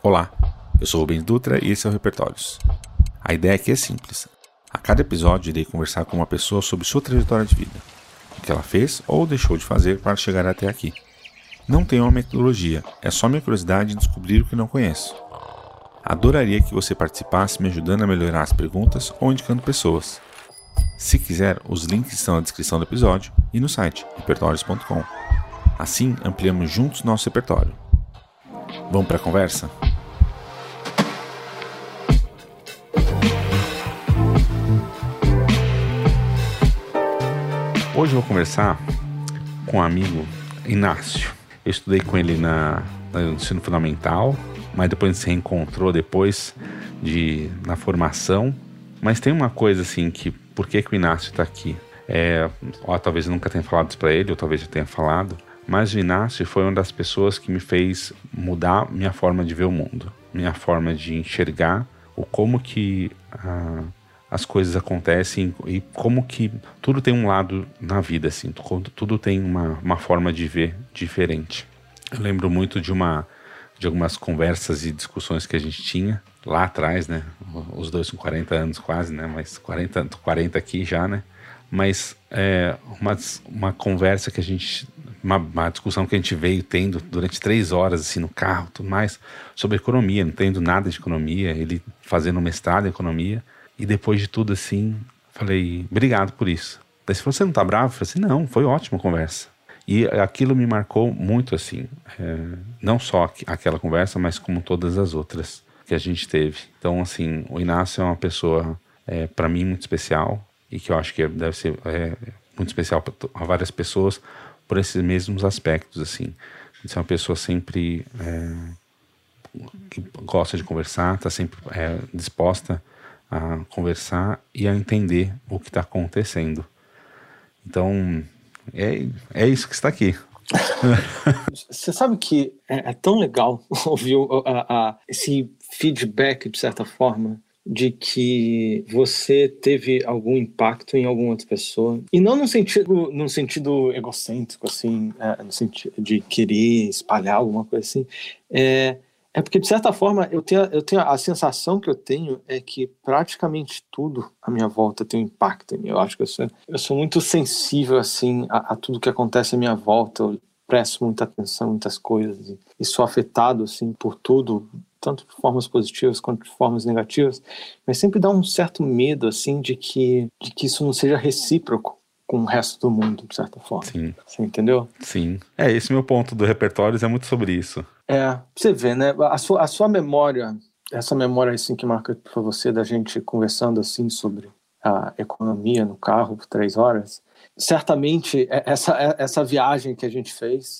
Olá, eu sou o Rubens Dutra e esse é o Repertórios. A ideia aqui é simples. A cada episódio irei conversar com uma pessoa sobre sua trajetória de vida, o que ela fez ou deixou de fazer para chegar até aqui. Não tenho uma metodologia, é só minha curiosidade em descobrir o que não conheço. Adoraria que você participasse me ajudando a melhorar as perguntas ou indicando pessoas. Se quiser, os links estão na descrição do episódio e no site repertórios.com. Assim, ampliamos juntos nosso repertório. Vamos para a conversa? Hoje eu vou conversar com um amigo, Inácio. Eu estudei com ele no ensino fundamental, mas depois a gente se reencontrou na formação. Mas tem uma coisa assim, que por que o Inácio está aqui? Talvez eu nunca tenha falado isso para ele, ou talvez eu tenha falado, mas o Inácio foi uma das pessoas que me fez mudar minha forma de ver o mundo, minha forma de enxergar como que as coisas acontecem e como que tudo tem um lado na vida, assim, tudo tem uma forma de ver diferente. Eu lembro muito de algumas conversas e discussões que a gente tinha lá atrás, né? Os dois com 40 anos quase, né? Mas 40 aqui já, né? Mas uma conversa que a gente... Uma discussão que a gente veio tendo durante 3 horas, assim, no carro, tudo mais, sobre economia. Não entendo nada de economia, ele fazendo mestrado em economia. E depois de tudo, assim, falei, obrigado por isso. Daí você falou, você não tá bravo? Eu falei assim, não, foi ótima a conversa. E aquilo me marcou muito, assim, não só aquela conversa, mas como todas as outras que a gente teve. Então, assim, o Inácio é uma pessoa, para mim, muito especial, e que eu acho que deve ser muito especial para várias pessoas por esses mesmos aspectos, assim. De ser uma pessoa sempre que gosta de conversar, está sempre disposta a conversar e a entender o que está acontecendo. Então, é isso que está aqui. Você sabe que é tão legal ouvir esse feedback, de certa forma, de que você teve algum impacto em alguma outra pessoa. E não num sentido egocêntrico, assim, no sentido de querer espalhar alguma coisa assim. É porque, de certa forma, eu tenho a sensação que eu tenho é que praticamente tudo à minha volta tem um impacto em mim. Eu acho que eu sou muito sensível, assim, a tudo que acontece à minha volta. Eu presto muita atenção em muitas coisas e sou afetado, assim, por tudo, tanto de formas positivas quanto de formas negativas, mas sempre dá um certo medo, assim, de que isso não seja recíproco com o resto do mundo, de certa forma. Sim. Você entendeu? Sim. Esse meu ponto do Repertórios é muito sobre isso. Você vê, né? A sua memória, essa memória, assim, que marca para você, da gente conversando, assim, sobre a economia no carro por 3 horas, certamente essa viagem que a gente fez,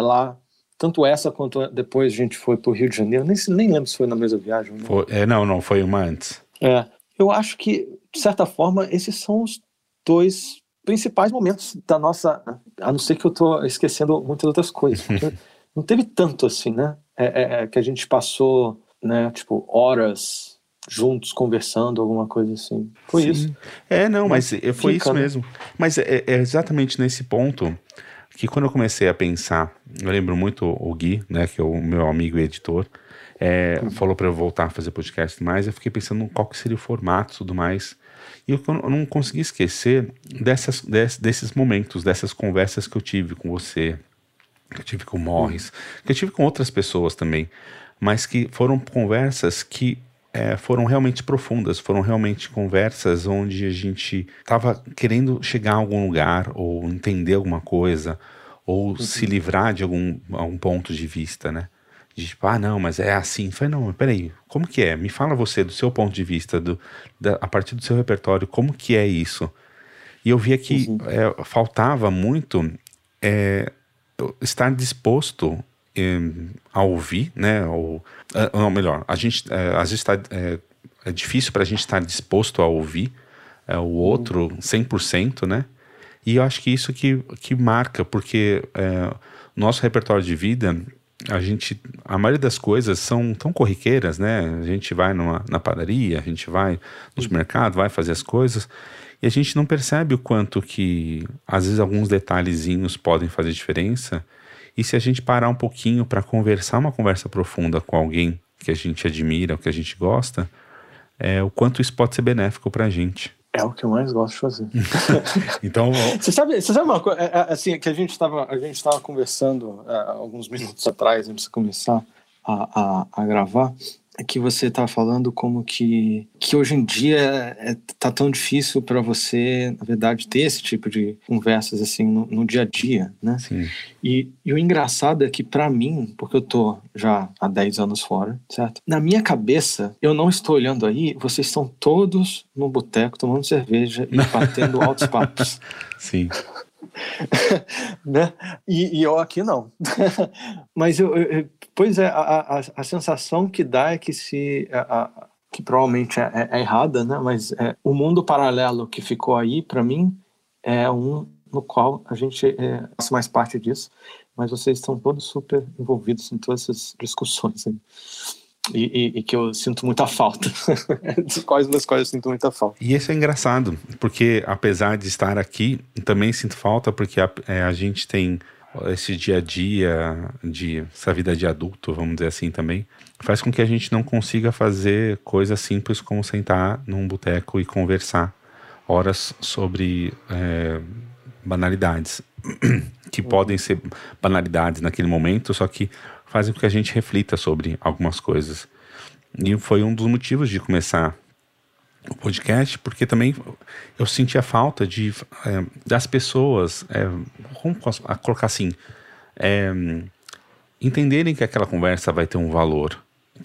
tanto essa quanto depois a gente foi para o Rio de Janeiro, nem lembro se foi na mesma viagem. Né? Não, foi uma antes. Eu acho que, de certa forma, esses são os 2 principais momentos da nossa... A não ser que eu estou esquecendo muitas outras coisas. Não teve tanto assim, né? Que a gente passou, né, tipo, horas juntos conversando, alguma coisa assim. Foi Sim. Isso. Mas foi isso mesmo. Mas é exatamente nesse ponto que quando eu comecei a pensar, eu lembro muito o Gui, né, que é o meu amigo e editor, falou para eu voltar a fazer podcast mais, eu fiquei pensando qual que seria o formato e tudo mais. E eu não consegui esquecer desses momentos, dessas conversas que eu tive com você, que eu tive com o Morris, que eu tive com outras pessoas também, mas que foram conversas que foram realmente profundas, foram realmente conversas onde a gente estava querendo chegar a algum lugar, ou entender alguma coisa, ou se livrar de algum ponto de vista, né? De tipo, não, mas é assim. Falei, não, mas peraí, como que é? Me fala você, do seu ponto de vista, a partir do seu repertório, como que é isso? E eu via que faltava muito estar disposto a ouvir, né? Ou melhor, a gente às vezes é difícil para a gente estar disposto a ouvir o outro 100%, né? E eu acho que isso que marca, porque nosso repertório de vida, a maioria das coisas são tão corriqueiras, né? A gente vai na padaria, a gente vai no supermercado, vai fazer as coisas, e a gente não percebe o quanto que, às vezes, alguns detalhezinhos podem fazer diferença. E se a gente parar um pouquinho para conversar uma conversa profunda com alguém que a gente admira, o que a gente gosta, o quanto isso pode ser benéfico pra gente. É o que eu mais gosto de fazer. Então, você sabe uma coisa, assim, que a gente estava conversando alguns minutos atrás, antes de começar a gravar, é que você está falando como que hoje em dia tá tão difícil para você, na verdade, ter esse tipo de conversas assim no dia a dia, né? Sim. E o engraçado é que para mim, porque eu tô já há 10 anos fora, certo? Na minha cabeça, eu não estou olhando aí, vocês estão todos no boteco tomando cerveja e batendo altos papos. Sim. Né? E eu aqui não. Mas pois é, a sensação que dá é que que provavelmente é errada, né? Mas o mundo paralelo que ficou aí, para mim, é um no qual a gente faz mais parte disso, mas vocês estão todos super envolvidos em todas essas discussões aí. E que eu sinto muita falta. Das quais eu sinto muita falta. E isso é engraçado, porque apesar de estar aqui, também sinto falta, porque a gente tem esse dia a dia, essa vida de adulto, vamos dizer assim também, faz com que a gente não consiga fazer coisas simples como sentar num boteco e conversar horas sobre banalidades, que podem ser banalidades naquele momento, só que fazem com que a gente reflita sobre algumas coisas. E foi um dos motivos de começar o podcast, porque também eu senti a falta das pessoas, como posso colocar assim, entenderem que aquela conversa vai ter um valor,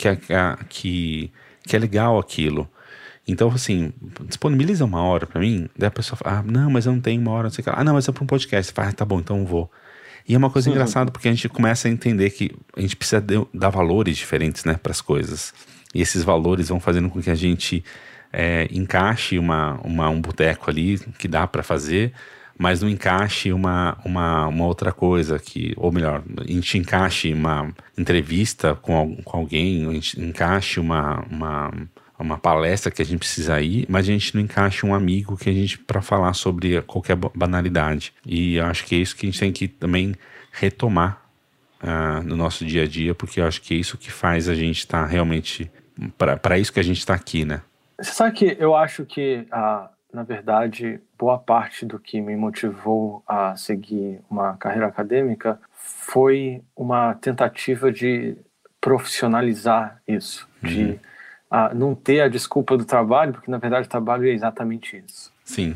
que é legal aquilo. Então, assim, disponibiliza uma hora pra mim, daí a pessoa fala, não, mas eu não tenho uma hora, não sei o que. Não, mas é pra um podcast. Você fala, tá bom, então eu vou. E é uma coisa engraçada, porque a gente começa a entender que a gente precisa dar valores diferentes, né, pras coisas. E esses valores vão fazendo com que a gente encaixe um boteco ali que dá pra fazer, mas não encaixe uma outra coisa, ou melhor, a gente encaixe uma entrevista com alguém, a gente encaixe uma palestra que a gente precisa ir, mas a gente não encaixa um amigo para falar sobre qualquer banalidade. E eu acho que é isso que a gente tem que também retomar no nosso dia a dia, porque eu acho que é isso que faz a gente estar realmente, para isso que a gente está aqui, né? Você sabe que eu acho que, na verdade, boa parte do que me motivou a seguir uma carreira acadêmica foi uma tentativa de profissionalizar isso, de não ter a desculpa do trabalho, porque na verdade o trabalho é exatamente isso. Sim.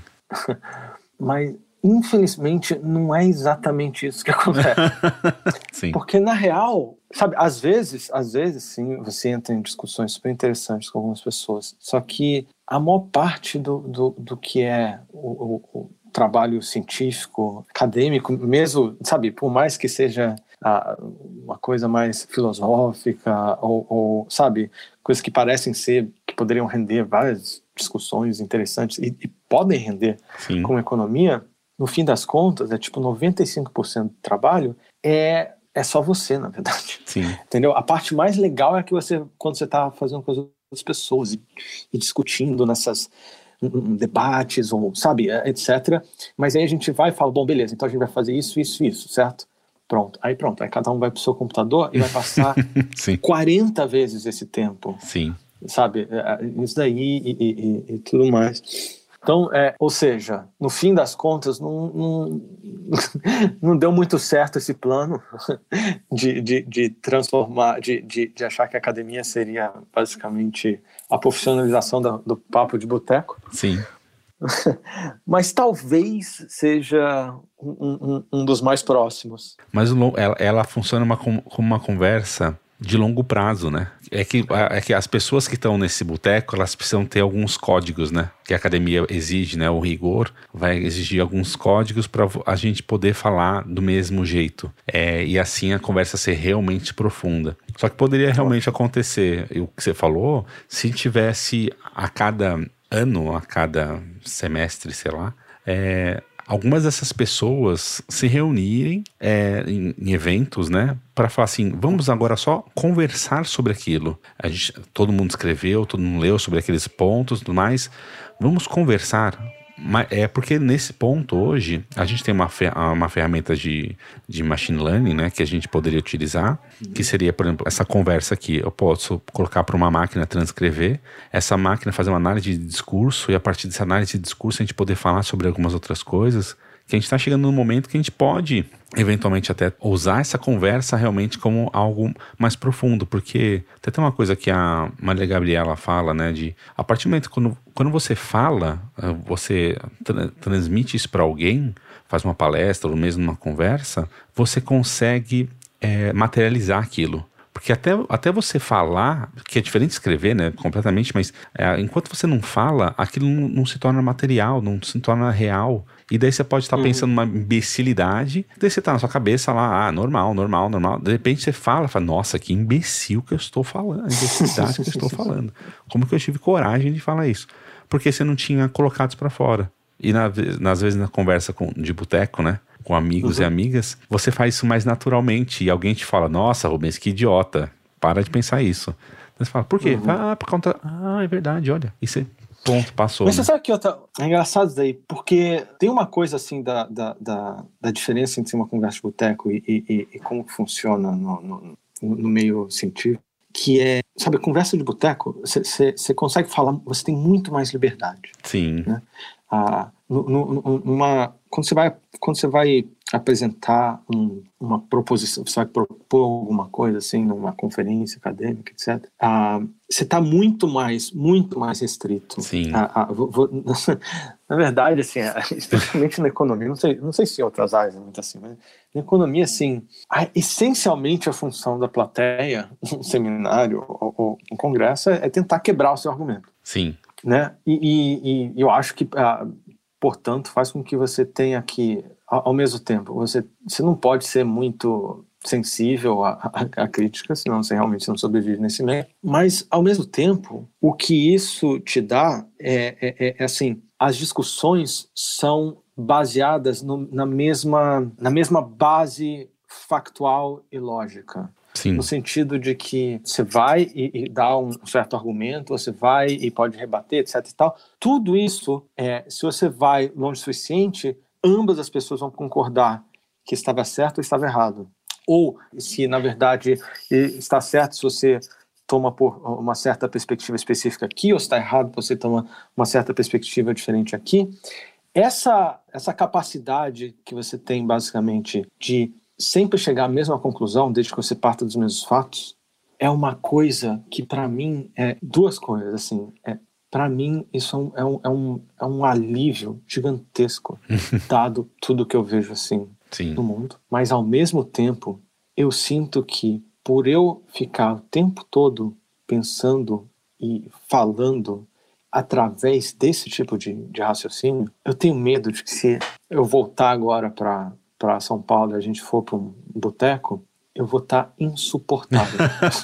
Mas infelizmente não é exatamente isso que acontece. Sim. Porque na real, sabe, às vezes sim, você entra em discussões super interessantes com algumas pessoas, só que a maior parte do que é o trabalho científico, acadêmico, mesmo, sabe, por mais que seja uma coisa mais filosófica ou sabe, coisas que parecem ser, que poderiam render várias discussões interessantes e podem render com economia, no fim das contas, 95% do trabalho é só você, na verdade. Sim. Entendeu? A parte mais legal é que quando você está fazendo com as outras pessoas e discutindo nessas debates, ou, sabe, etc. Mas aí a gente vai e fala, bom, beleza, então a gente vai fazer isso, certo? Pronto. Aí cada um vai pro seu computador e vai passar 40 vezes esse tempo. Sim. Sabe? Isso daí e tudo mais. Então, ou seja, no fim das contas, não deu muito certo esse plano de transformar, de achar que a academia seria basicamente a profissionalização do papo de boteco. Sim. Mas talvez seja um dos mais próximos. Mas ela funciona como uma conversa de longo prazo, né? É que as pessoas que estão nesse boteco, elas precisam ter alguns códigos, né? Que a academia exige, né? O rigor vai exigir alguns códigos para a gente poder falar do mesmo jeito. E assim a conversa ser realmente profunda. Só que poderia realmente acontecer, o que você falou, se tivesse a cada ano, a cada semestre, sei lá, algumas dessas pessoas se reunirem em eventos, né, para falar assim, vamos agora só conversar sobre aquilo. Todo mundo escreveu, todo mundo leu sobre aqueles pontos e tudo mais. Vamos conversar É porque nesse ponto hoje a gente tem uma ferramenta de machine learning, né, que a gente poderia utilizar, que seria, por exemplo, essa conversa aqui. Eu posso colocar para uma máquina transcrever, essa máquina fazer uma análise de discurso e a partir dessa análise de discurso a gente poder falar sobre algumas outras coisas, que a gente está chegando num momento que a gente pode eventualmente até usar essa conversa realmente como algo mais profundo, porque até tem uma coisa que a Maria Gabriela fala, né, de a partir do momento quando você fala, você transmite isso para alguém, faz uma palestra ou mesmo uma conversa, você consegue materializar aquilo. Porque até você falar, que é diferente de escrever, né, completamente, mas enquanto você não fala, aquilo não se torna material, não se torna real. E daí você pode estar pensando numa imbecilidade, daí você tá na sua cabeça lá, normal. De repente você fala, nossa, que imbecil que eu estou falando, imbecilidade que eu estou falando. Como que eu tive coragem de falar isso? Porque você não tinha colocado isso pra fora. E nas vezes na conversa de boteco, né, com amigos e amigas, você faz isso mais naturalmente e alguém te fala, nossa, Rubens, que idiota, para de pensar isso. Você fala, por quê? Por conta... é verdade, olha, e você... Ponto, passou. Mas né? você sabe que é engraçado isso daí, porque tem uma coisa assim da diferença entre uma conversa de boteco e como funciona no meio científico, que é, sabe, conversa de boteco, você consegue falar, você tem muito mais liberdade. Sim. Né? Quando você vai apresentar uma proposição, você vai propor alguma coisa assim, numa conferência acadêmica, etc., você está muito mais restrito. Sim. Na verdade, assim, especialmente na economia, não sei se em outras áreas é muito assim, mas na economia, assim, essencialmente a função da plateia, um seminário ou um congresso, é tentar quebrar o seu argumento. Sim. Né? E eu acho que, portanto, faz com que você tenha que, ao mesmo tempo, você não pode ser muito sensível à crítica, senão você realmente não sobrevive nesse meio, mas, ao mesmo tempo, o que isso te dá é assim, as discussões são baseadas na mesma base factual e lógica. Sim. No sentido de que você vai e dá um certo argumento, você vai e pode rebater, etc e tal. Tudo isso, se você vai longe o suficiente, ambas as pessoas vão concordar que estava certo ou estava errado. Ou, se na verdade está certo, se você toma por uma certa perspectiva específica aqui, ou se está errado, você toma uma certa perspectiva diferente aqui. Essa capacidade que você tem, basicamente, de sempre chegar à mesma conclusão, desde que você parta dos mesmos fatos, é uma coisa que, para mim, duas coisas, assim, para mim, isso é um alívio gigantesco, dado tudo que eu vejo, assim, Sim. no mundo. Mas, ao mesmo tempo, eu sinto que, por eu ficar o tempo todo pensando e falando através desse tipo de raciocínio, eu tenho medo de que, se eu voltar agora para São Paulo e a gente for para um boteco, eu vou estar insuportável.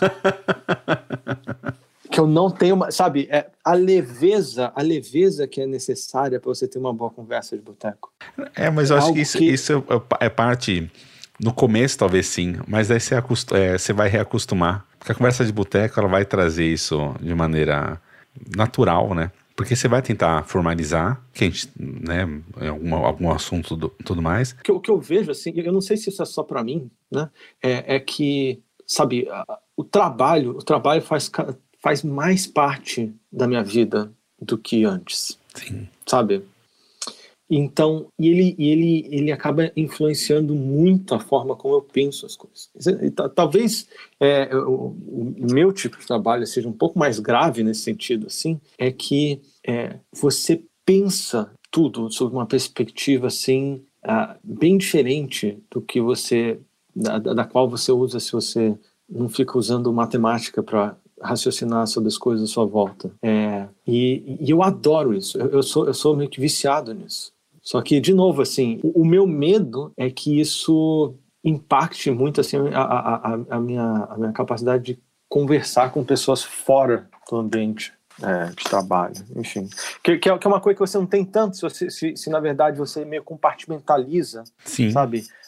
Que eu não tenho sabe, a leveza que é necessária para você ter uma boa conversa de boteco. Mas eu acho que isso é parte, no começo talvez sim, mas aí você vai reacostumar, porque a conversa de boteco ela vai trazer isso de maneira natural, né? Porque você vai tentar formalizar, que a gente, né, algum assunto tudo mais. O que eu vejo, assim, eu não sei se isso é só para mim, né, é que, sabe, o trabalho faz mais parte da minha vida do que antes. Sim. Sabe? Então, ele acaba influenciando muito a forma como eu penso as coisas. Talvez o meu tipo de trabalho seja um pouco mais grave nesse sentido, assim, é que você pensa tudo sob uma perspectiva assim, bem diferente do que da qual você usa se você não fica usando matemática para raciocinar sobre as coisas à sua volta. E eu adoro isso. Eu sou meio que viciado nisso. Só que, de novo, assim, o meu medo é que isso impacte muito assim, a minha capacidade de conversar com pessoas fora do ambiente de trabalho, enfim. Que é uma coisa que você não tem tanto se na verdade você meio compartimentaliza, Sim. sabe,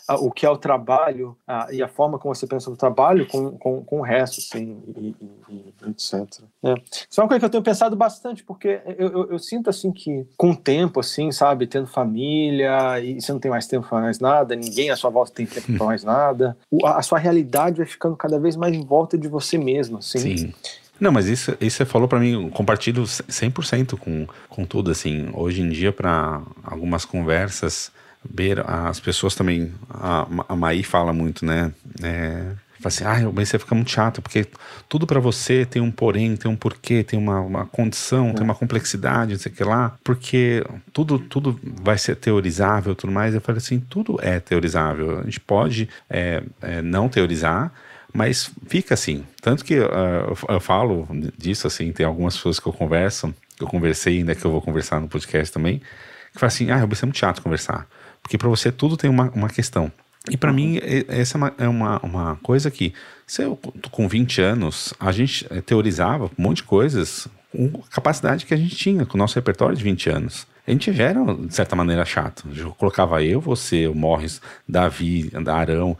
o que é o trabalho e a forma como você pensa no trabalho com o resto, assim, e etc. Isso é uma coisa que eu tenho pensado bastante, porque eu sinto, assim, que com o tempo, assim, sabe, tendo família, e você não tem mais tempo para mais nada, ninguém à sua volta tem tempo para mais nada, a sua realidade vai ficando cada vez mais em volta de você mesmo, assim. Sim. Não, mas isso você falou pra mim, compartilho 100% com tudo, assim. Hoje em dia, para algumas conversas, as pessoas também, a Maí fala muito, né? Fala assim, mas você fica muito chato, porque tudo pra você tem um porém, tem um porquê, tem uma condição, tem uma complexidade, não sei o que lá, porque tudo vai ser teorizável e tudo mais. Eu falei assim, tudo é teorizável. A gente pode não teorizar, mas fica assim. Tanto que eu falo disso, assim, tem algumas pessoas que eu conversei, ainda que eu vou conversar no podcast também, que falam assim, vai ser muito chato conversar. Porque pra você tudo tem uma questão. E pra mim, essa é uma coisa que, se eu com 20 anos, a gente teorizava um monte de coisas com a capacidade que a gente tinha, com o nosso repertório de 20 anos. A gente já era, de certa maneira, chato. Eu colocava você, o Morris, Davi, Arão,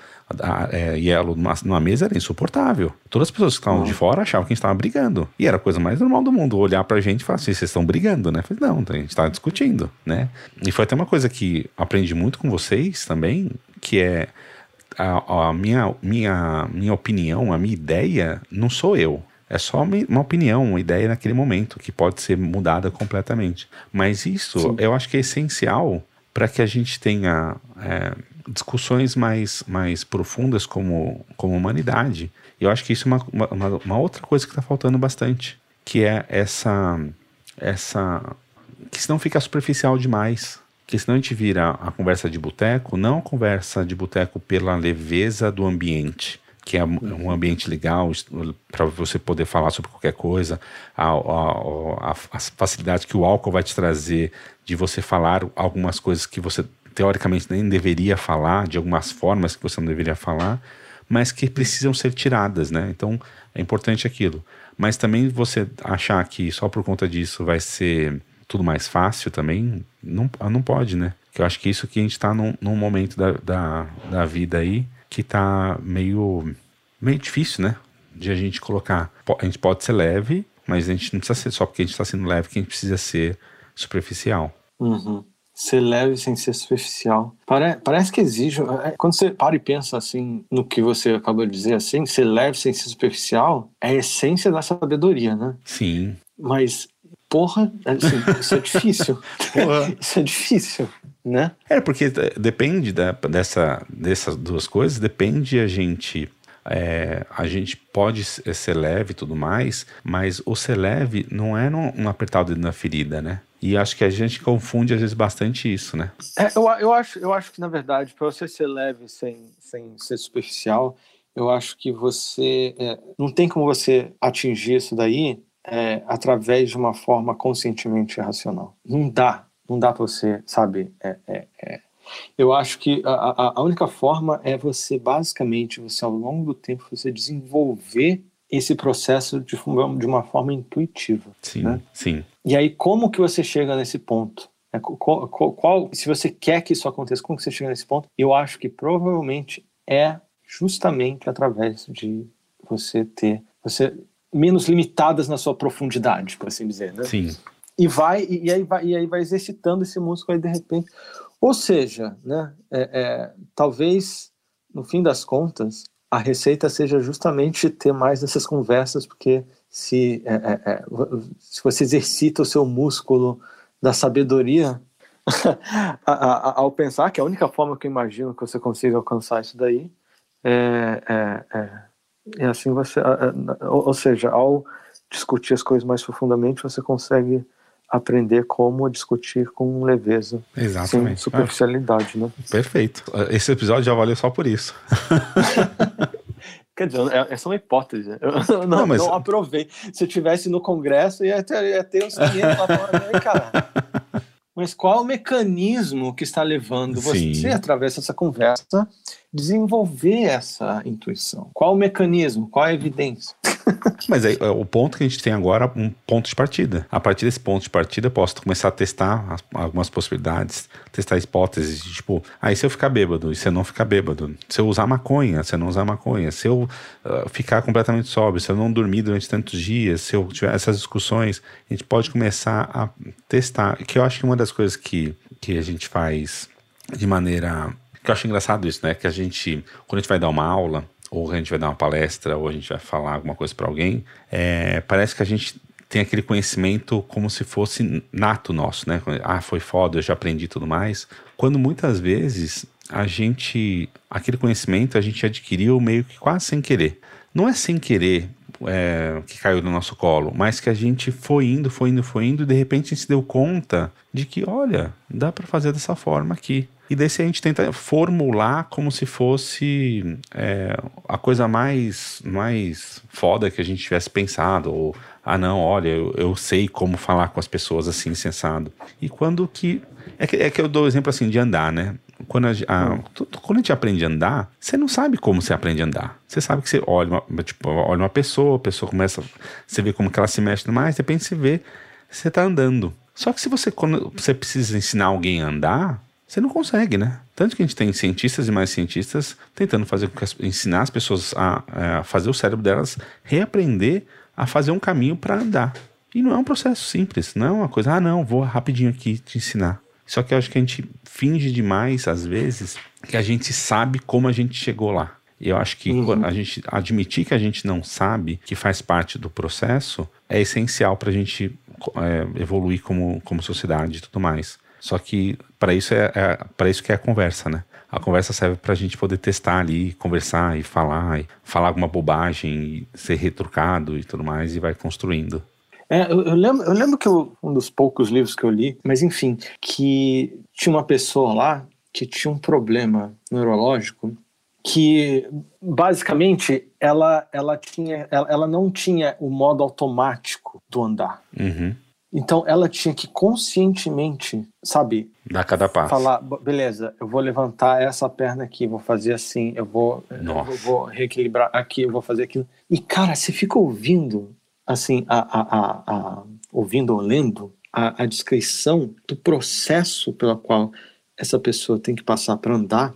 Yelo numa mesa, era insuportável. Todas as pessoas que estavam de fora achavam que a gente estava brigando. E era a coisa mais normal do mundo, olhar pra gente e falar assim, vocês estão brigando, né? Eu falei, não, a gente está discutindo, né? E foi até uma coisa que aprendi muito com vocês também, que é a minha opinião, a minha ideia, não sou eu. É só uma opinião, uma ideia naquele momento, que pode ser mudada completamente. Mas isso, sim, eu acho que é essencial para que a gente tenha discussões mais profundas como humanidade. E eu acho que isso é uma outra coisa que está faltando bastante, que é essa que senão fica superficial demais. Porque senão a gente vira a conversa de boteco, não a conversa de boteco pela leveza do ambiente, que é um ambiente legal para você poder falar sobre qualquer coisa, a facilidade que o álcool vai te trazer de você falar algumas coisas que você teoricamente nem deveria falar, de algumas formas que você não deveria falar, mas que precisam ser tiradas, né? Então é importante aquilo. Mas também você achar que só por conta disso vai ser tudo mais fácil também, não pode, né? Porque eu acho que isso que a gente tá num momento da vida aí que tá meio difícil, né? De a gente colocar. A gente pode ser leve, mas a gente não precisa ser só porque a gente tá sendo leve que a gente precisa ser superficial. Uhum. Ser leve sem ser superficial. Parece que exige... Quando você para e pensa assim no que você acabou de dizer, assim, ser leve sem ser superficial é a essência da sabedoria, né? Sim. Mas, porra, assim, isso é difícil. Isso é difícil, né? Porque depende dessas duas coisas, depende a gente pode ser leve e tudo mais, mas o ser leve não é num apertar o dedo na ferida, né? E acho que a gente confunde às vezes bastante isso, né? Eu acho que, na verdade, para você ser leve sem ser superficial, eu acho que você... não tem como você atingir isso daí através de uma forma conscientemente racional. Não dá para você, sabe? Eu acho que a única forma é você, basicamente, ao longo do tempo, você desenvolver esse processo de uma forma intuitiva. Sim, né? Sim. E aí, como que você chega nesse ponto? Se você quer que isso aconteça, como que você chega nesse ponto? Eu acho que provavelmente é justamente através de você ter menos limitadas na sua profundidade, por assim dizer, né? Sim. E aí vai exercitando esse músculo aí de repente. Ou seja, né, talvez, no fim das contas, a receita seja justamente ter mais dessas conversas, porque se você exercita o seu músculo da sabedoria, ao pensar que a única forma que eu imagino que você consiga alcançar isso daí é assim ou seja, ao discutir as coisas mais profundamente, você consegue aprender como discutir com leveza. Exatamente. Sem superficialidade, né? Perfeito. Esse episódio já valeu só por isso. Quer dizer, essa é uma hipótese. Eu não aprovei. Se eu estivesse no Congresso, ia ter uns 500 lá fora, cara. Mas qual é o mecanismo que está levando você, através dessa conversa, desenvolver essa intuição? Qual o mecanismo? Qual a evidência? Mas aí, o ponto que a gente tem agora é um ponto de partida. A partir desse ponto de partida, eu posso começar a testar algumas possibilidades, testar hipóteses, tipo, e se eu ficar bêbado e se eu não ficar bêbado? Se eu usar maconha, se eu não usar maconha? Se eu ficar completamente sóbrio, se eu não dormir durante tantos dias, se eu tiver essas discussões, a gente pode começar a testar. Que eu acho que uma das coisas que a gente faz de maneira... Que eu acho engraçado isso, né? Que a gente, quando a gente vai dar uma aula, ou a gente vai dar uma palestra, ou a gente vai falar alguma coisa para alguém, parece que a gente tem aquele conhecimento como se fosse nato nosso, né? Foi foda, eu já aprendi tudo mais. Quando muitas vezes aquele conhecimento a gente adquiriu meio que quase sem querer. Não é sem querer que caiu no nosso colo, mas que a gente foi indo, e de repente a gente se deu conta de que, olha, dá para fazer dessa forma aqui. E daí a gente tenta formular como se fosse a coisa mais foda que a gente tivesse pensado. Ou, não, olha, eu sei como falar com as pessoas assim, sensado. E quando que... É que eu dou o exemplo assim de andar, né? Quando a gente aprende a andar, você não sabe como você aprende a andar. Você sabe que você olha uma pessoa, a pessoa começa... Você vê como que ela se mexe mais, de repente você vê, você tá andando. Só que quando você precisa ensinar alguém a andar... Você não consegue, né? Tanto que a gente tem cientistas e mais cientistas tentando ensinar as pessoas a fazer o cérebro delas reaprender a fazer um caminho para andar. E não é um processo simples, não é uma coisa, não, vou rapidinho aqui te ensinar. Só que eu acho que a gente finge demais, às vezes, que a gente sabe como a gente chegou lá. E eu acho que a gente admitir que a gente não sabe, que faz parte do processo, é essencial para a gente evoluir como sociedade e tudo mais. Só que para isso que é a conversa, né? A conversa serve pra gente poder testar ali, conversar e falar alguma bobagem, e ser retrucado e tudo mais, e vai construindo. Eu lembro que um dos poucos livros que eu li, mas enfim, que tinha uma pessoa lá que tinha um problema neurológico que, basicamente, ela não tinha o modo automático do andar. Uhum. Então ela tinha que conscientemente, sabe, dar cada passo. Falar, beleza, eu vou levantar essa perna aqui, vou fazer assim, eu vou reequilibrar aqui, eu vou fazer aquilo. E cara, você fica ouvindo, assim, ouvindo ou lendo a descrição do processo pelo qual essa pessoa tem que passar para andar.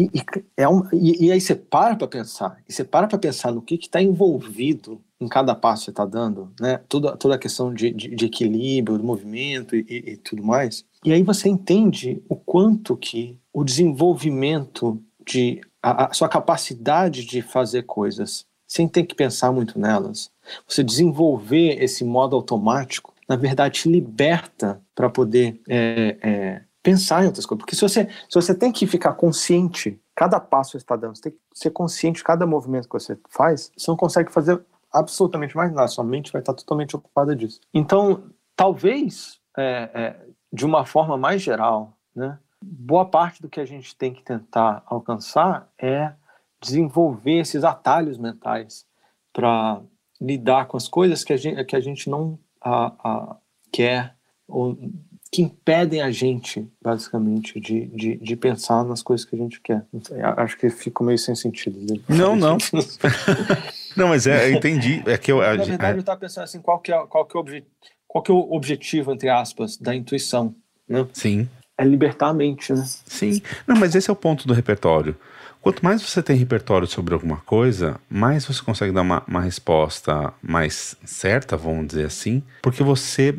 E aí você para para pensar, no que está envolvido em cada passo que você está dando, né? Toda a questão de equilíbrio, do movimento e tudo mais. E aí você entende o quanto que o desenvolvimento a sua capacidade de fazer coisas sem ter que pensar muito nelas, você desenvolver esse modo automático, na verdade te liberta para poder pensar em outras coisas. Porque se você tem que ficar consciente, cada passo que você está dando, você tem que ser consciente de cada movimento que você faz, você não consegue fazer absolutamente mais nada, sua mente vai estar totalmente ocupada disso. Então, talvez, de uma forma mais geral, né, boa parte do que a gente tem que tentar alcançar é desenvolver esses atalhos mentais para lidar com as coisas que a gente não quer, ou que impedem a gente, basicamente, de pensar nas coisas que a gente quer. Acho que ficou meio sem sentido. Né? Não. Não, mas eu entendi. É que na verdade, eu estava pensando assim, qual que é o objetivo, entre aspas, da intuição, né? Sim. É libertar a mente, né? Sim. Não, mas esse é o ponto do repertório. Quanto mais você tem repertório sobre alguma coisa, mais você consegue dar uma resposta mais certa, vamos dizer assim, porque você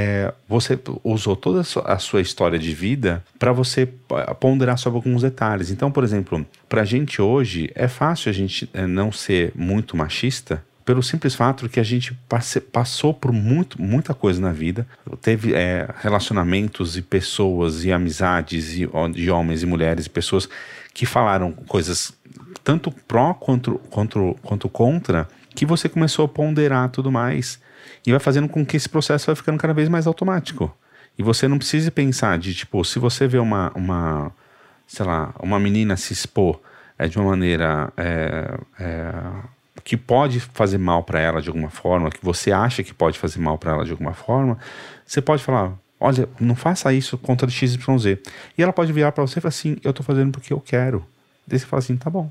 usou toda a sua história de vida para você ponderar sobre alguns detalhes. Então, por exemplo, para a gente hoje, é fácil a gente não ser muito machista, pelo simples fato que a gente passou por muita coisa na vida, teve relacionamentos e pessoas e amizades de homens e mulheres e pessoas que falaram coisas tanto pró quanto contra, que você começou a ponderar tudo mais. E vai fazendo com que esse processo vai ficando cada vez mais automático. E você não precisa pensar de, tipo, se você vê uma menina se expor de uma maneira que pode fazer mal para ela de alguma forma, que você acha que pode fazer mal para ela de alguma forma, você pode falar, olha, não faça isso contra XYZ. E ela pode virar para você e falar assim, eu tô fazendo porque eu quero. Daí você fala assim, tá bom.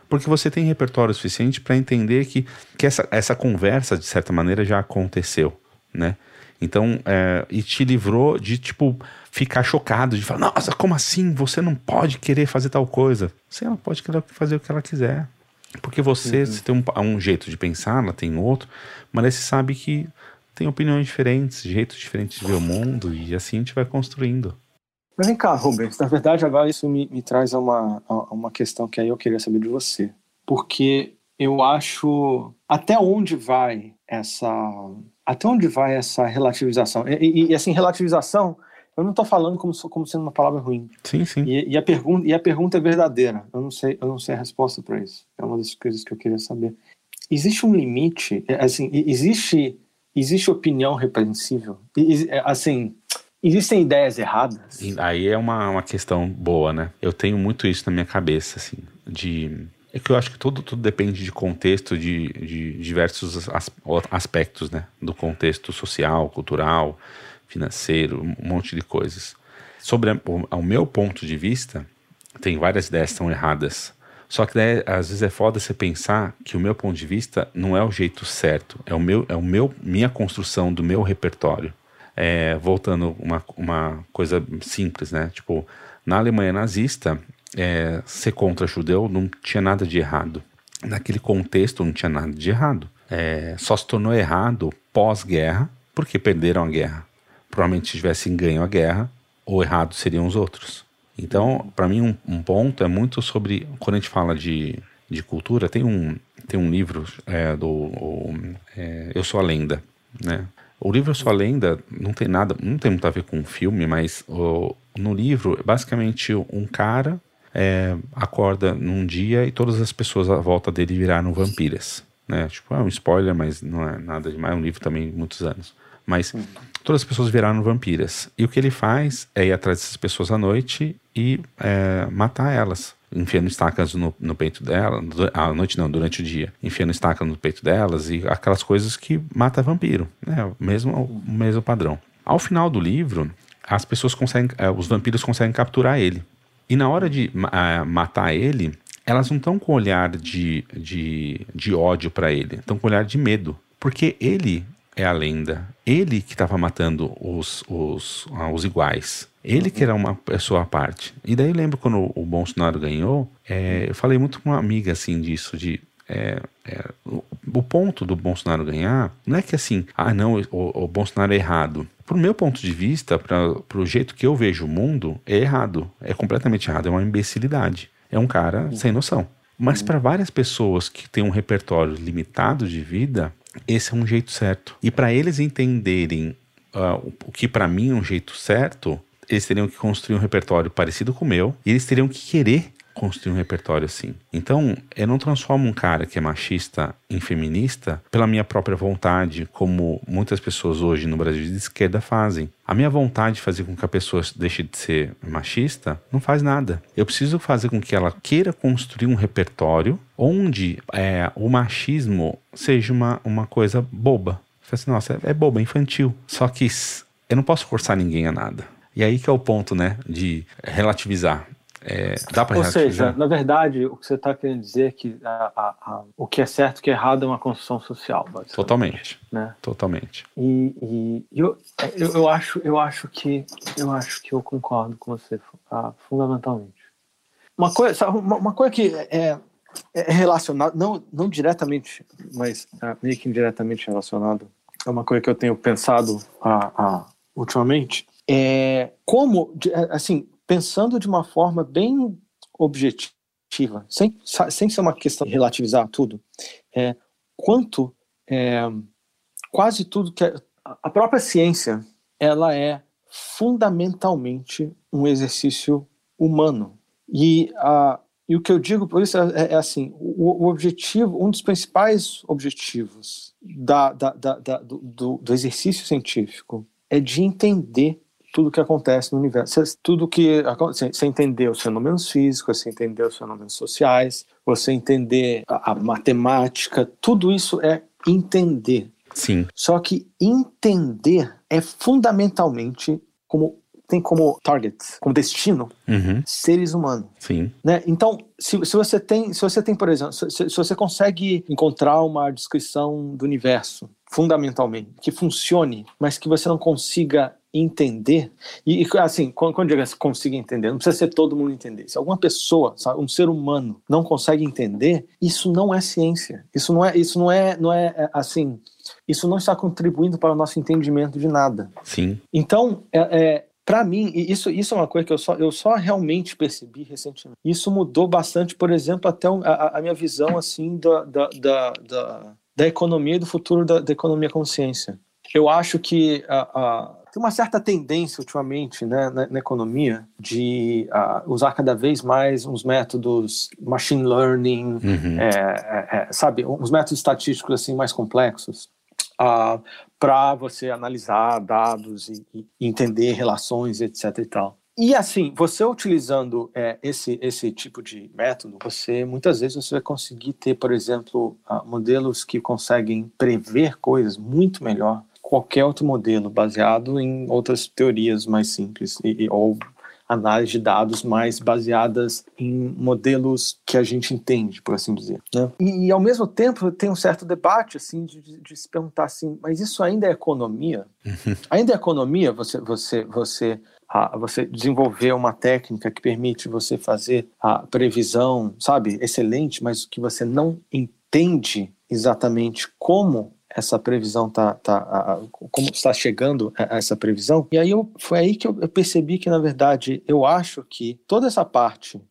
Porque você tem repertório suficiente para entender que essa conversa, de certa maneira, já aconteceu, né? Então, e te livrou de, tipo, ficar chocado, de falar, nossa, como assim? Você não pode querer fazer tal coisa. Ela pode querer fazer o que ela quiser. Porque você tem um jeito de pensar, ela tem outro, mas aí você sabe que tem opiniões diferentes, jeitos diferentes de ver o mundo, e assim a gente vai construindo. Mas vem cá, Rubens, na verdade agora isso me traz a uma questão que aí eu queria saber de você. Porque eu acho até onde vai essa relativização. E assim, relativização, eu não estou falando como sendo uma palavra ruim. Sim, sim. E a pergunta é verdadeira. Eu não sei a resposta para isso. É uma das coisas que eu queria saber. Existe um limite? Assim, existe opinião repreensível? Assim, existem ideias erradas? E aí é uma questão boa, né? Eu tenho muito isso na minha cabeça, assim, é que eu acho que tudo depende de contexto, de diversos aspectos, né? Do contexto social, cultural, financeiro, um monte de coisas. Sobre o meu ponto de vista, tem várias ideias que estão erradas. Só que daí, às vezes é foda você pensar que o meu ponto de vista não é o jeito certo. É minha construção do meu repertório. Voltando uma coisa simples, né? Tipo, na Alemanha nazista, ser contra judeu não tinha nada de errado. Naquele contexto não tinha nada de errado. Só se tornou errado pós-guerra, porque perderam a guerra. Provavelmente se tivessem ganho a guerra, o errado seriam os outros. Então, para mim, um ponto é muito sobre... Quando a gente fala de cultura, tem um livro Eu Sou a Lenda, né? O livro Eu Sou a Lenda não tem muito a ver com o filme, mas no livro, basicamente, um cara acorda num dia e todas as pessoas à volta dele viraram vampiras, né? Tipo, é um spoiler, mas não é nada demais, é um livro também de muitos anos. Mas todas as pessoas viraram vampiras. E o que ele faz é ir atrás dessas pessoas à noite e matar elas. Enfiando estacas no peito dela, à noite não, durante o dia. Enfiando estacas no peito delas e aquelas coisas que mata vampiro, né? O mesmo padrão. Ao final do livro, as pessoas os vampiros conseguem capturar ele. E na hora de matar ele, elas não estão com olhar de ódio para ele, estão com olhar de medo. Porque ele é a lenda. Ele que estava matando os iguais. Ele que era uma pessoa à parte. E daí eu lembro quando o Bolsonaro ganhou, eu falei muito com uma amiga assim disso, o ponto do Bolsonaro ganhar não é que assim, não, o Bolsonaro é errado. Pro meu ponto de vista, pro jeito que eu vejo o mundo, é errado. É completamente errado, é uma imbecilidade. É um cara sem noção. Mas para várias pessoas que têm um repertório limitado de vida, esse é um jeito certo. E para eles entenderem o que para mim é um jeito certo, eles teriam que construir um repertório parecido com o meu, e eles teriam que querer construir um repertório assim. Então, eu não transformo um cara que é machista em feminista pela minha própria vontade, como muitas pessoas hoje no Brasil de esquerda fazem. A minha vontade de fazer com que a pessoa deixe de ser machista não faz nada. Eu preciso fazer com que ela queira construir um repertório onde o machismo seja uma coisa boba. Você fala assim, nossa, é boba, é infantil. Só que eu não posso forçar ninguém a nada. E aí que é o ponto, né, de relativizar. Dá pra relativizar? Ou seja, na verdade, o que você está querendo dizer é que o que é certo e o que é errado é uma construção social. Totalmente. Né? Totalmente. E eu acho que eu concordo com você fundamentalmente. Uma coisa que é relacionada, não diretamente, mas meio que indiretamente relacionada, é uma coisa que eu tenho pensado ultimamente, como, assim, pensando de uma forma bem objetiva, sem ser uma questão de relativizar tudo, quase tudo que a própria ciência, ela é fundamentalmente um exercício humano. E o que eu digo por isso é assim, o objetivo, um dos principais objetivos do exercício científico é de entender tudo que acontece no universo. Você entender os fenômenos físicos, você entender os fenômenos sociais, você entender a matemática, tudo isso é entender. Sim. Só que entender é fundamentalmente como tem como target, como destino, seres humanos. Sim. Né? Então, se você tem, por exemplo, se você consegue encontrar uma descrição do universo, fundamentalmente, que funcione, mas que você não consiga entender, e assim, quando eu digo assim, consiga entender, não precisa ser todo mundo entender. Se alguma pessoa, sabe, um ser humano, não consegue entender, isso não é ciência. Isso não é assim, isso não está contribuindo para o nosso entendimento de nada. Sim. Então, para mim, isso é uma coisa que eu só realmente percebi recentemente. Isso mudou bastante, por exemplo, até a minha visão assim da economia e do futuro da economia como ciência. Eu acho que tem uma certa tendência ultimamente, né, na economia de usar cada vez mais uns métodos machine learning, sabe, uns métodos estatísticos assim mais complexos, para você analisar dados e entender relações, etc. e tal. E assim, você utilizando esse tipo de método, muitas vezes você vai conseguir ter, por exemplo, modelos que conseguem prever coisas muito melhor que qualquer outro modelo baseado em outras teorias mais simples ou análise de dados mais baseadas em modelos que a gente entende, por assim dizer, né? E ao mesmo tempo tem um certo debate assim de se perguntar assim, mas isso ainda é economia? Ainda é economia você desenvolver uma técnica que permite você fazer a previsão, sabe, excelente, mas que você não entende exatamente como essa previsão como está chegando a essa previsão. E aí foi aí que eu percebi que, na verdade, eu acho que toda essa parte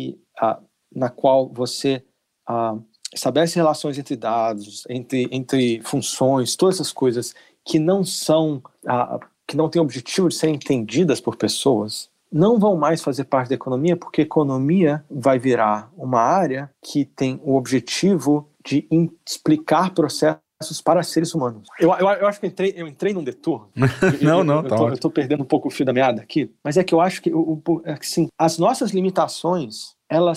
na qual você estabelece relações entre dados, entre funções, todas essas coisas que não têm o objetivo de serem entendidas por pessoas, não vão mais fazer parte da economia, porque a economia vai virar uma área que tem o objetivo de explicar processos para seres humanos. Eu acho que eu entrei num detour. Eu estou perdendo um pouco o fio da meada aqui, mas é que eu acho que assim, as nossas limitações,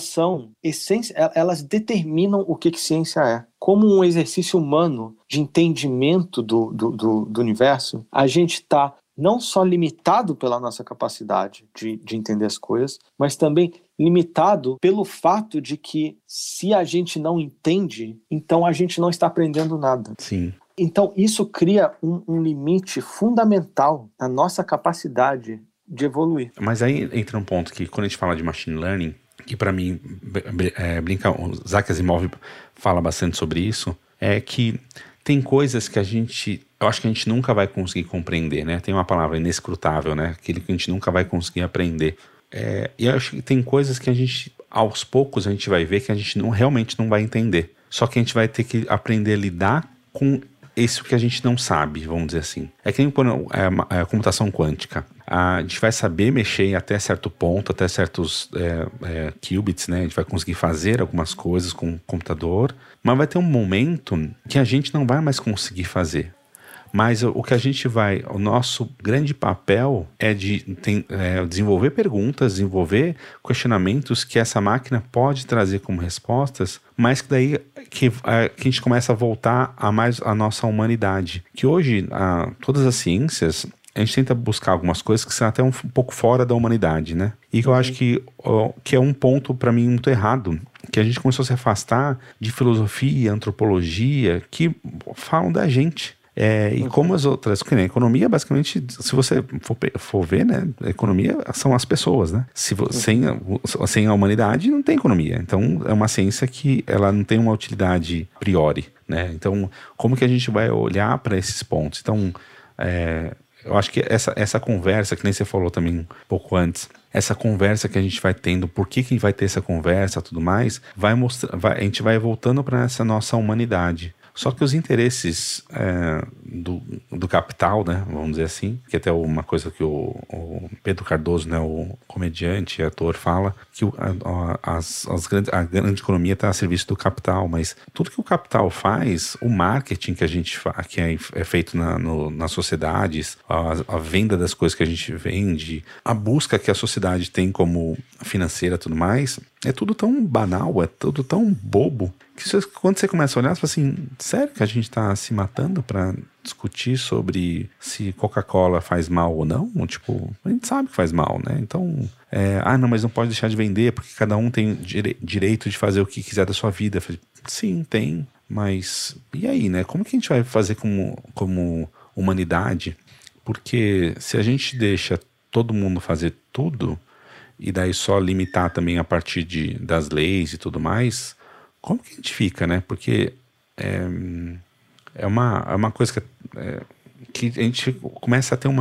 elas determinam o que ciência é. Como um exercício humano de entendimento do universo, a gente está não só limitado pela nossa capacidade de entender as coisas, mas também limitado pelo fato de que se a gente não entende, então a gente não está aprendendo nada. Sim. Então isso cria um limite fundamental na nossa capacidade de evoluir. Mas aí entra um ponto que quando a gente fala de machine learning, que para mim o Isaac Asimov fala bastante sobre isso, é que tem coisas que eu acho que a gente nunca vai conseguir compreender, né? Tem uma palavra inescrutável, né? Aquilo que a gente nunca vai conseguir aprender. E eu acho que tem coisas que aos poucos a gente vai ver que a gente realmente não vai entender. Só que a gente vai ter que aprender a lidar com isso que a gente não sabe, vamos dizer assim. É que nem a computação quântica. A gente vai saber mexer até certo ponto, até certos qubits, né? A gente vai conseguir fazer algumas coisas com o computador, mas vai ter um momento que a gente não vai mais conseguir fazer. Mas o nosso grande papel é de desenvolver perguntas, desenvolver questionamentos que essa máquina pode trazer como respostas, mas que daí que a gente começa a voltar a mais a nossa humanidade. Que hoje, todas as ciências, a gente tenta buscar algumas coisas que são até um pouco fora da humanidade, né? E que eu acho que é um ponto, para mim, muito errado, que a gente começou a se afastar de filosofia, antropologia, que falam da gente. E como as outras, que nem a economia, basicamente, se você for ver, né, a economia são as pessoas, né? Sem a humanidade não tem economia. Então é uma ciência que ela não tem uma utilidade a priori, né? Então como que a gente vai olhar para esses pontos? Então eu acho que essa conversa, que nem você falou também um pouco antes, essa conversa que a gente vai tendo, por que a gente vai ter essa conversa e tudo mais, a gente vai voltando para essa nossa humanidade. Só que os interesses do capital, né, vamos dizer assim, que até uma coisa que o Pedro Cardoso, né, o comediante e ator, fala, que a grande economia está a serviço do capital, mas tudo que o capital faz, o marketing que a gente faz, que é feito nas sociedades, a venda das coisas que a gente vende, a busca que a sociedade tem como financeira e tudo mais, é tudo tão banal, é tudo tão bobo, que quando você começa a olhar, você fala assim, sério que a gente está se matando para discutir sobre se Coca-Cola faz mal ou não, tipo, a gente sabe que faz mal, né? Então, não, mas não pode deixar de vender porque cada um tem direito de fazer o que quiser da sua vida. Sim, tem, mas e aí, né? Como que a gente vai fazer como humanidade? Porque se a gente deixa todo mundo fazer tudo e daí só limitar também a partir das leis e tudo mais, como que a gente fica, né? Porque é uma coisa que a gente começa a ter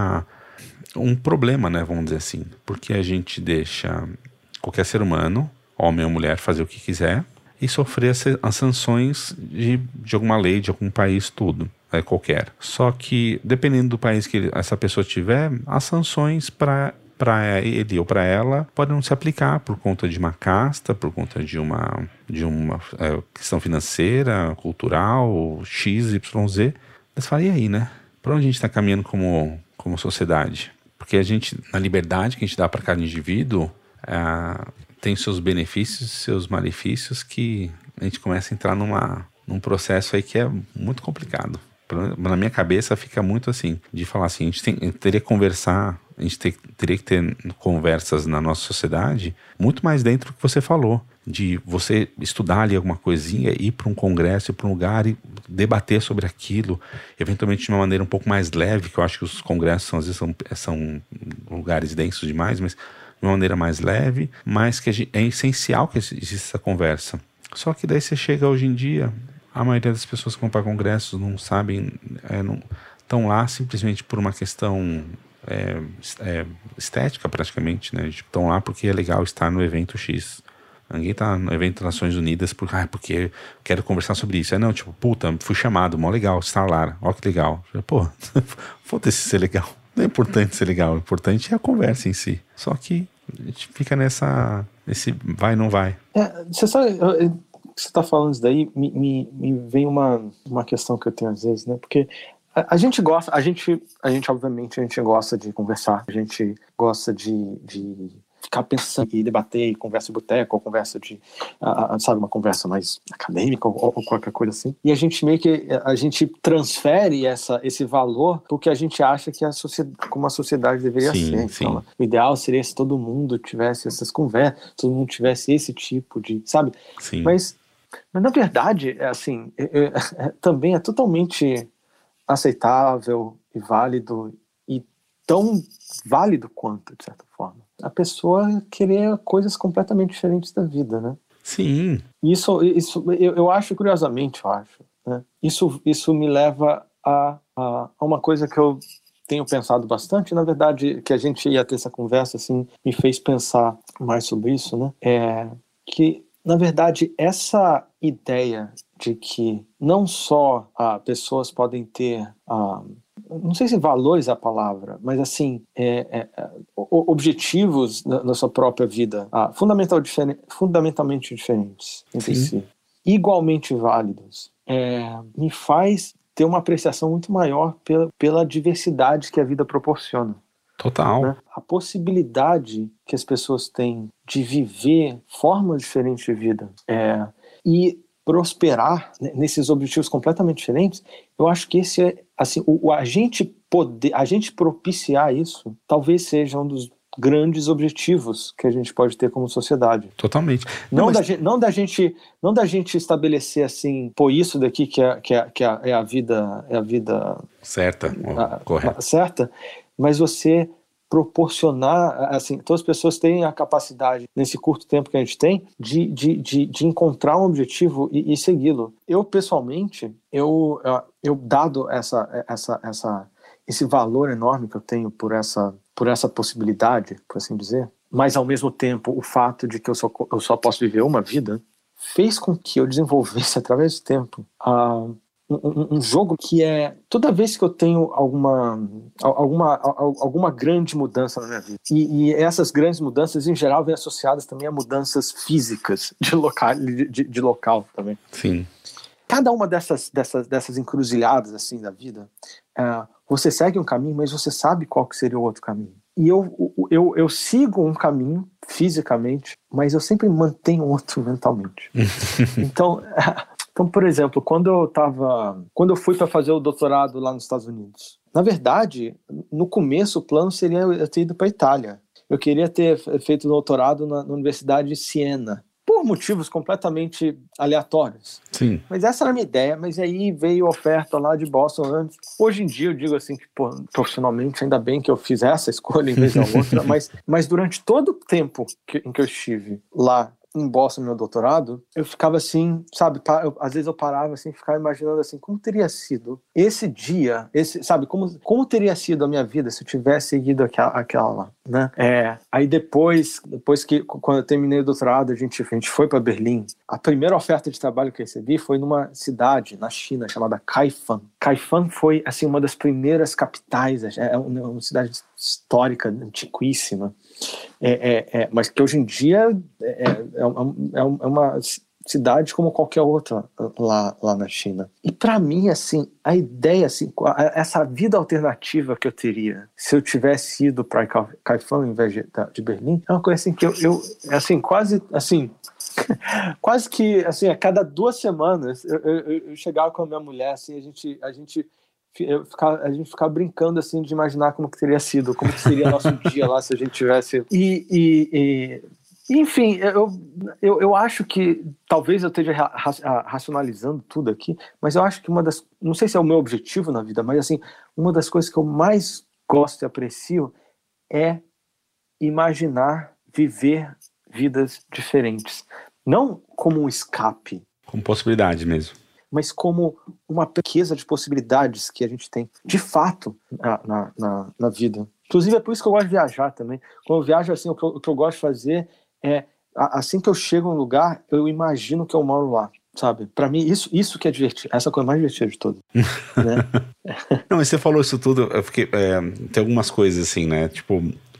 um problema, né? Vamos dizer assim. Porque a gente deixa qualquer ser humano, homem ou mulher, fazer o que quiser e sofrer as sanções de alguma lei, de algum país, tudo. Qualquer. Só que, dependendo do país que essa pessoa tiver, as sanções para ele ou para ela podem não se aplicar por conta de uma casta, por conta de uma questão financeira, cultural, X, Y, Z. Você fala, e aí, né? Para onde a gente está caminhando como sociedade? Porque a gente, na liberdade que a gente dá para cada indivíduo, tem seus benefícios e seus malefícios que a gente começa a entrar num processo aí que é muito complicado. Na minha cabeça fica muito assim, de falar assim, a gente teria que conversar, a gente teria que ter conversas na nossa sociedade muito mais dentro do que você falou, de você estudar ali alguma coisinha, ir para um congresso, ir para um lugar e debater sobre aquilo, eventualmente de uma maneira um pouco mais leve, que eu acho que os congressos às vezes são lugares densos demais, mas de uma maneira mais leve, mas que é essencial que exista essa conversa. Só que daí você chega hoje em dia, a maioria das pessoas que vão para congressos não sabem, não estão lá simplesmente por uma questão estética praticamente, né? Estão lá porque é legal estar no evento X. Ninguém está no evento das Nações Unidas porque quero conversar sobre isso. Não, tipo, puta, fui chamado, mó legal estar lá, ó que legal. Pô, foda-se ser legal. Não é importante ser legal, o importante é a conversa em si. Só que a gente fica nesse vai ou não vai. Você sabe... Você está falando isso daí, me vem uma questão que eu tenho às vezes, né? Porque a gente gosta, a gente obviamente, a gente gosta de conversar, a gente gosta de ficar pensando e debater, e conversa de boteco, ou conversa sabe, uma conversa mais acadêmica, ou qualquer coisa assim. E a gente meio que, a gente transfere esse valor porque a gente acha que como a sociedade deveria ser. Sim. Então, o ideal seria se todo mundo tivesse essas conversas, todo mundo tivesse esse tipo de, sabe? Sim. Mas na verdade, assim, também é totalmente aceitável e válido, e tão válido quanto, de certa forma, a pessoa querer coisas completamente diferentes da vida, né? Sim. Isso eu acho, curiosamente, né? Isso me leva a uma coisa que eu tenho pensado bastante, na verdade, que a gente ia ter essa conversa, assim, me fez pensar mais sobre isso, né? Que na verdade, essa ideia de que não só pessoas podem ter, não sei se valores é a palavra, mas assim, objetivos na sua própria vida, fundamentalmente diferentes entre si, igualmente válidos, me faz ter uma apreciação muito maior pela diversidade que a vida proporciona. Total. Né? A possibilidade que as pessoas têm de viver formas diferentes de vida e prosperar, né, nesses objetivos completamente diferentes, eu acho que esse assim, a gente propiciar isso talvez seja um dos grandes objetivos que a gente pode ter como sociedade. Totalmente. Não da gente estabelecer assim, pô, isso daqui que é a vida certa, correta. Certa, mas você proporcionar, assim, todas as pessoas têm a capacidade, nesse curto tempo que a gente tem, de encontrar um objetivo e segui-lo. Eu, pessoalmente, eu dado esse valor enorme que eu tenho por essa possibilidade, por assim dizer, mas ao mesmo tempo o fato de que eu só posso viver uma vida, fez com que eu desenvolvesse através do tempo um jogo que toda vez que eu tenho alguma grande mudança na minha vida, e essas grandes mudanças em geral vêm associadas também a mudanças físicas de local também. Sim. Cada uma dessas encruzilhadas assim da vida, você segue um caminho, mas você sabe qual que seria o outro caminho. E eu sigo um caminho fisicamente, mas eu sempre mantenho outro mentalmente. Então Então, por exemplo, quando eu fui para fazer o doutorado lá nos Estados Unidos, na verdade, no começo o plano seria eu ter ido para a Itália. Eu queria ter feito doutorado na Universidade de Siena, por motivos completamente aleatórios. Sim. Mas essa era a minha ideia, mas aí veio a oferta lá de Boston antes. Hoje em dia eu digo assim que, profissionalmente, ainda bem que eu fiz essa escolha em vez da outra, mas durante todo o tempo em que eu estive lá em Boston, meu doutorado, eu ficava assim, sabe, às vezes eu parava assim, ficava imaginando assim, como teria sido esse dia, sabe, como teria sido a minha vida se eu tivesse seguido aquela lá, né? Aí depois que, quando eu terminei o doutorado, a gente foi para Berlim. A primeira oferta de trabalho que eu recebi foi numa cidade na China chamada Kaifang. Kaifang foi, assim, uma das primeiras capitais, é uma cidade histórica, antiquíssima, mas que hoje em dia é uma cidade como qualquer outra lá na China. E para mim, assim, a ideia, assim, essa vida alternativa que eu teria se eu tivesse ido para Kaifang em vez de Berlim, é uma coisa assim que eu assim, quase que assim, a cada 2 semanas eu chegava com a minha mulher, assim, a gente ficava brincando assim de imaginar como que teria sido, como que seria nosso dia lá se a gente tivesse enfim, eu acho que talvez eu esteja racionalizando tudo aqui, mas eu acho que não sei se é o meu objetivo na vida, mas assim, uma das coisas que eu mais gosto e aprecio é imaginar viver vidas diferentes, não como um escape, Como possibilidade mesmo. mas como uma riqueza de possibilidades que a gente tem, de fato, na vida. Inclusive, é por isso que eu gosto de viajar também. Quando eu viajo, assim, o que eu gosto de fazer é, assim que eu chego em um lugar, eu imagino que eu moro lá, sabe? Para mim, isso que é divertido. Essa é a coisa mais divertida de tudo. Né? Não, mas você falou isso tudo, eu fiquei, tem algumas coisas assim, né? Tipo,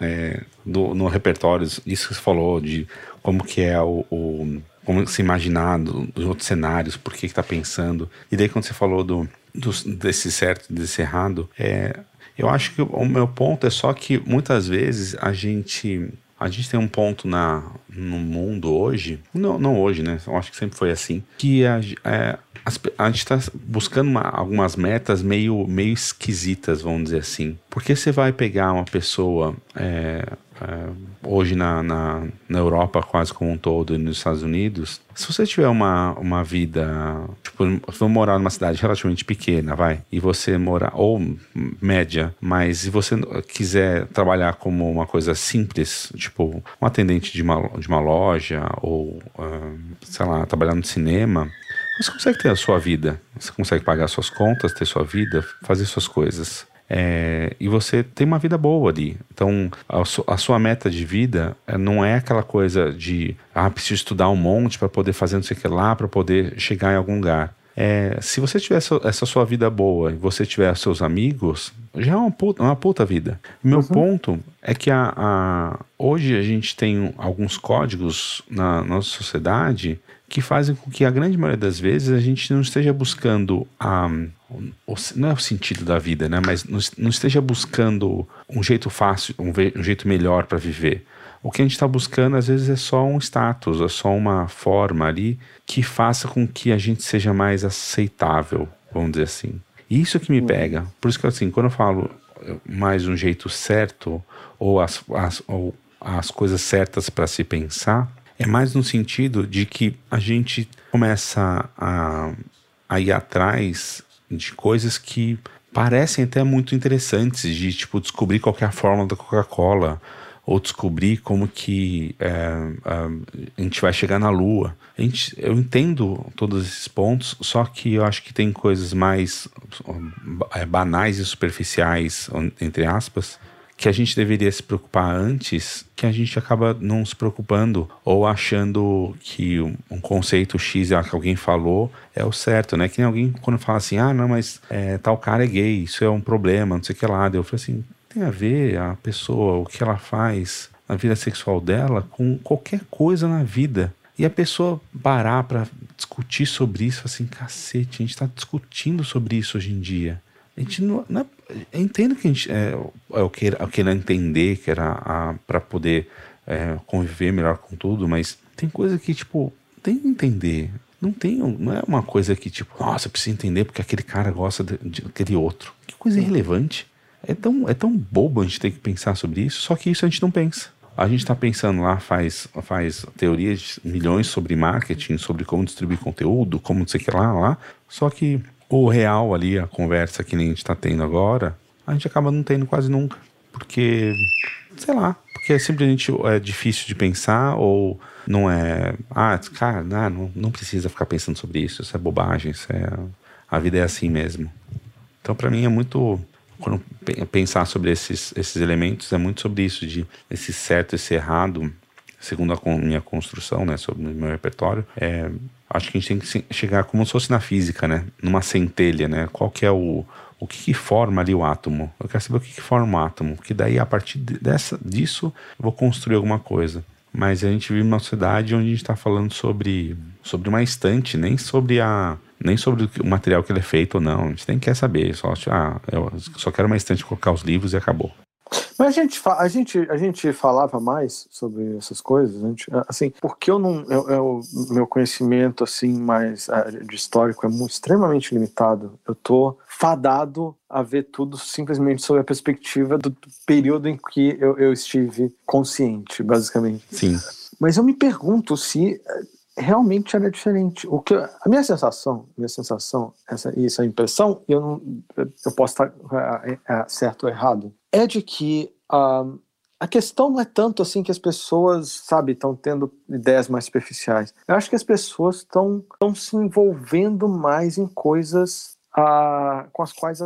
no repertório, isso que você falou de como que é como se imaginar dos outros cenários, por que tá pensando. E daí quando você falou desse certo e desse errado, eu acho que o meu ponto é só que muitas vezes a gente tem um ponto no mundo hoje, não hoje, né? Eu acho que sempre foi assim, que a gente está buscando algumas metas meio esquisitas, vamos dizer assim. Porque você vai pegar uma pessoa hoje na Europa quase como um todo e nos Estados Unidos, se você tiver uma vida, tipo, você morar numa cidade relativamente pequena, e você morar, ou média, mas se você quiser trabalhar como uma coisa simples, tipo um atendente de uma loja, ou sei lá, trabalhar no cinema, você consegue ter a sua vida, você consegue pagar suas contas, ter sua vida, fazer suas coisas. E você tem uma vida boa ali. Então a sua meta de vida não é aquela coisa de preciso estudar um monte para poder fazer não sei o que lá, para poder chegar em algum lugar. Se você tiver essa sua vida boa e você tiver seus amigos, já é uma puta vida. Meu ponto é que hoje a gente tem alguns códigos na nossa sociedade que fazem com que a grande maioria das vezes a gente não esteja buscando não é o sentido da vida, né? Mas não esteja buscando um jeito fácil, um jeito melhor para viver. O que a gente está buscando às vezes é só um status, é só uma forma ali que faça com que a gente seja mais aceitável, vamos dizer assim. E isso que me pega. Por isso que assim, quando eu falo mais um jeito certo ou as coisas certas para se pensar, é mais no sentido de que a gente começa a ir atrás de coisas que parecem até muito interessantes, de tipo descobrir qual que é a fórmula da Coca-Cola, ou descobrir como que a gente vai chegar na Lua. Eu entendo todos esses pontos, só que eu acho que tem coisas mais banais e superficiais, entre aspas, que a gente deveria se preocupar antes, que a gente acaba não se preocupando ou achando que um conceito X que alguém falou é o certo, né? Que nem alguém quando fala assim, não, mas tal cara é gay, isso é um problema, não sei o que lá. Eu falei assim, tem a ver a pessoa, o que ela faz na vida sexual dela com qualquer coisa na vida. E a pessoa parar pra discutir sobre isso, assim, cacete, a gente tá discutindo sobre isso hoje em dia. A gente não eu entendo que a gente eu queira entender que era para poder conviver melhor com tudo, mas tem coisa que, tipo, tem que entender. Não é uma coisa que tipo, nossa, eu preciso entender porque aquele cara gosta de aquele outro. Que coisa irrelevante. É tão bobo a gente ter que pensar sobre isso, só que isso a gente não pensa. A gente tá pensando lá, faz teorias de milhões sobre marketing, sobre como distribuir conteúdo, como não sei o que lá. Só que o real ali, a conversa que nem a gente tá tendo agora, a gente acaba não tendo quase nunca. Porque, sei lá, porque simplesmente é difícil de pensar ou não é... cara, não precisa ficar pensando sobre isso é bobagem, a vida é assim mesmo. Então, pra mim, é muito... Quando pensar sobre esses elementos, é muito sobre isso, de esse certo e esse errado, segundo a minha construção, né, sobre o meu repertório. Acho que a gente tem que chegar como se fosse na física, né, numa centelha, né, qual que é o que forma ali o átomo. Eu quero saber o que forma o átomo, porque daí, a partir disso, eu vou construir alguma coisa. Mas a gente vive numa sociedade onde a gente está falando sobre uma estante, nem sobre o material que ele é feito ou não. A gente nem quer saber. Eu só quero uma estante, colocar os livros e acabou. Mas a gente falava mais sobre essas coisas, assim, porque meu conhecimento assim mais de histórico é extremamente limitado. Eu tô fadado a ver tudo simplesmente sob a perspectiva do período em que eu estive consciente, basicamente. Sim. Mas eu me pergunto se realmente era diferente. A minha sensação, essa impressão, eu posso estar certo ou errado, é de que a questão não é tanto assim que as pessoas, sabe, estão tendo ideias mais superficiais. Eu acho que as pessoas estão se envolvendo mais em coisas com as quais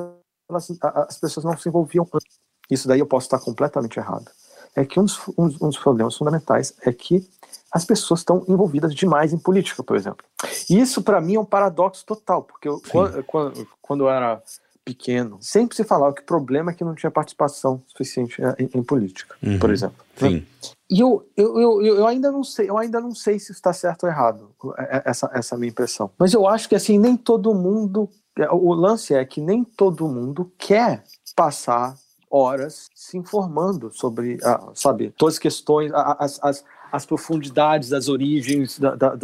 as pessoas não se envolviam antes. Isso daí eu posso estar completamente errado. É que um dos problemas fundamentais é que as pessoas estão envolvidas demais em política, por exemplo. E isso, para mim, é um paradoxo total, porque quando eu era pequeno, sempre se falava que o problema é que não tinha participação suficiente em política, por exemplo. Sim. Né? E eu ainda não sei se está certo ou errado, essa minha impressão. Mas eu acho que, assim, nem todo mundo... O lance é que nem todo mundo quer passar horas se informando sobre, sabe, todas as questões, as profundidades das origens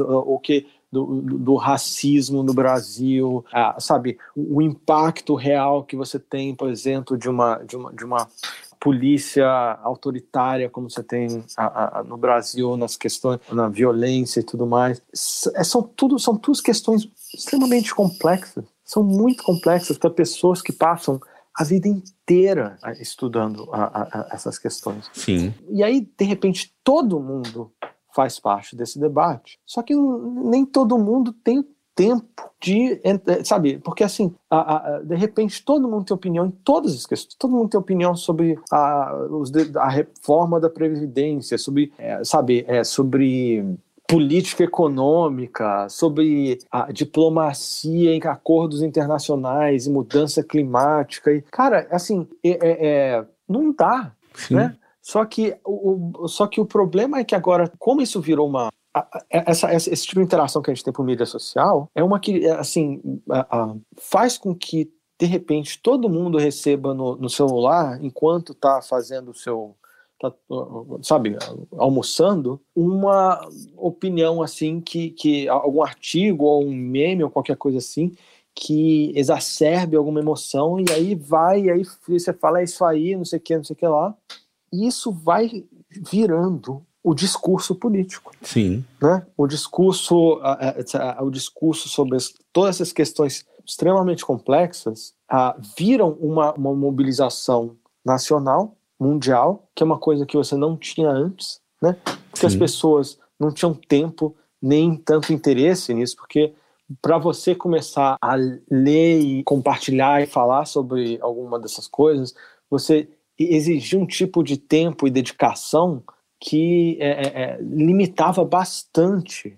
do racismo no Brasil, sabe, o impacto real que você tem, por exemplo, de uma polícia autoritária como você tem no Brasil, nas questões, na violência e tudo mais. São tudo questões extremamente complexas, são muito complexas para pessoas que passam a vida inteira estudando essas questões. Sim. E aí, de repente, todo mundo faz parte desse debate. Só que nem todo mundo tem tempo de... Sabe? Porque, assim, de repente, todo mundo tem opinião em todas as questões. Todo mundo tem opinião sobre a reforma da Previdência, sobre política econômica, sobre a diplomacia em acordos internacionais e mudança climática. E, cara, assim, não dá, né? Só que o problema é que agora, como isso virou esse tipo de interação que a gente tem por mídia social, é uma que, assim, faz com que, de repente, todo mundo receba no celular, enquanto está fazendo o seu... sabe, almoçando, uma opinião assim que algum artigo ou um meme ou qualquer coisa assim que exacerbe alguma emoção e aí você fala isso aí, não sei o que lá, e isso vai virando o discurso político. Sim. Né? O discurso sobre todas essas questões extremamente complexas viram uma mobilização nacional, mundial, que é uma coisa que você não tinha antes, né? Porque as pessoas não tinham tempo nem tanto interesse nisso, porque para você começar a ler e compartilhar e falar sobre alguma dessas coisas, você exigia um tipo de tempo e dedicação que limitava bastante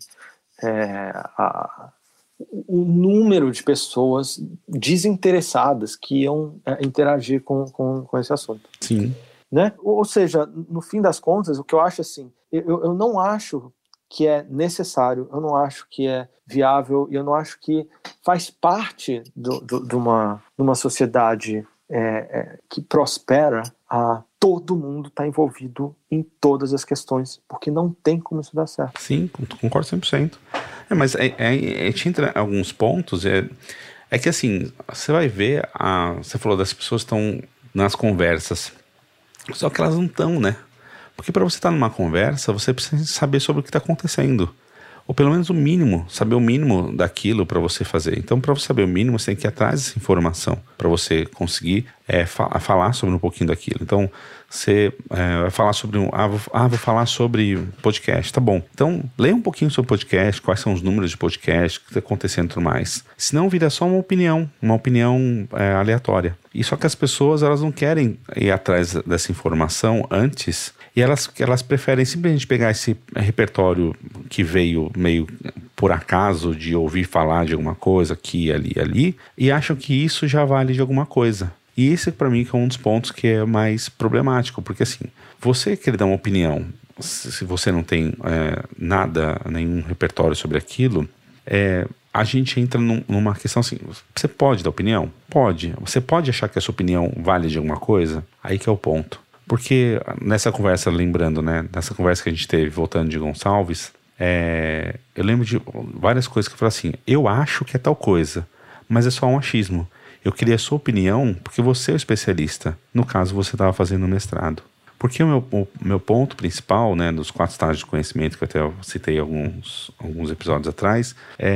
o número de pessoas desinteressadas que iam interagir com esse assunto. Sim. Né? Ou seja, no fim das contas, o que eu acho assim, eu não acho que é necessário, eu não acho que é viável e eu não acho que faz parte de uma sociedade que prospera todo mundo está envolvido em todas as questões, porque não tem como isso dar certo. Sim, concordo 100%. Mas te entra alguns pontos, é que assim, você vai ver, você falou das pessoas que estão nas conversas, só que elas não estão, né? Porque para você estar numa conversa, você precisa saber sobre o que está acontecendo. Ou pelo menos o mínimo, saber o mínimo daquilo para você fazer. Então, para você saber o mínimo, você tem que ir atrás dessa informação para você conseguir falar sobre um pouquinho daquilo. Então, você vai falar sobre vou falar sobre podcast, tá bom. Então, leia um pouquinho sobre podcast, quais são os números de podcast, o que está acontecendo e tudo mais. Senão, vira só uma opinião aleatória. E só que as pessoas, elas não querem ir atrás dessa informação antes, e elas preferem simplesmente pegar esse repertório que veio meio por acaso de ouvir falar de alguma coisa aqui, ali, e acham que isso já vale de alguma coisa. E esse, para mim, que é um dos pontos que é mais problemático, porque assim, você querer dar uma opinião, se você não tem nenhum repertório sobre aquilo, a gente entra numa questão assim, você pode dar opinião? Pode. Você pode achar que a sua opinião vale de alguma coisa? Aí que é o ponto. Porque nessa conversa, lembrando, né, nessa conversa que a gente teve, voltando de Gonçalves, eu lembro de várias coisas que eu falei assim, eu acho que é tal coisa, mas é só um achismo. Eu queria a sua opinião porque você é o especialista. No caso, você estava fazendo mestrado. Porque o meu ponto principal, né, dos 4 estágios de conhecimento, que eu até citei alguns episódios atrás,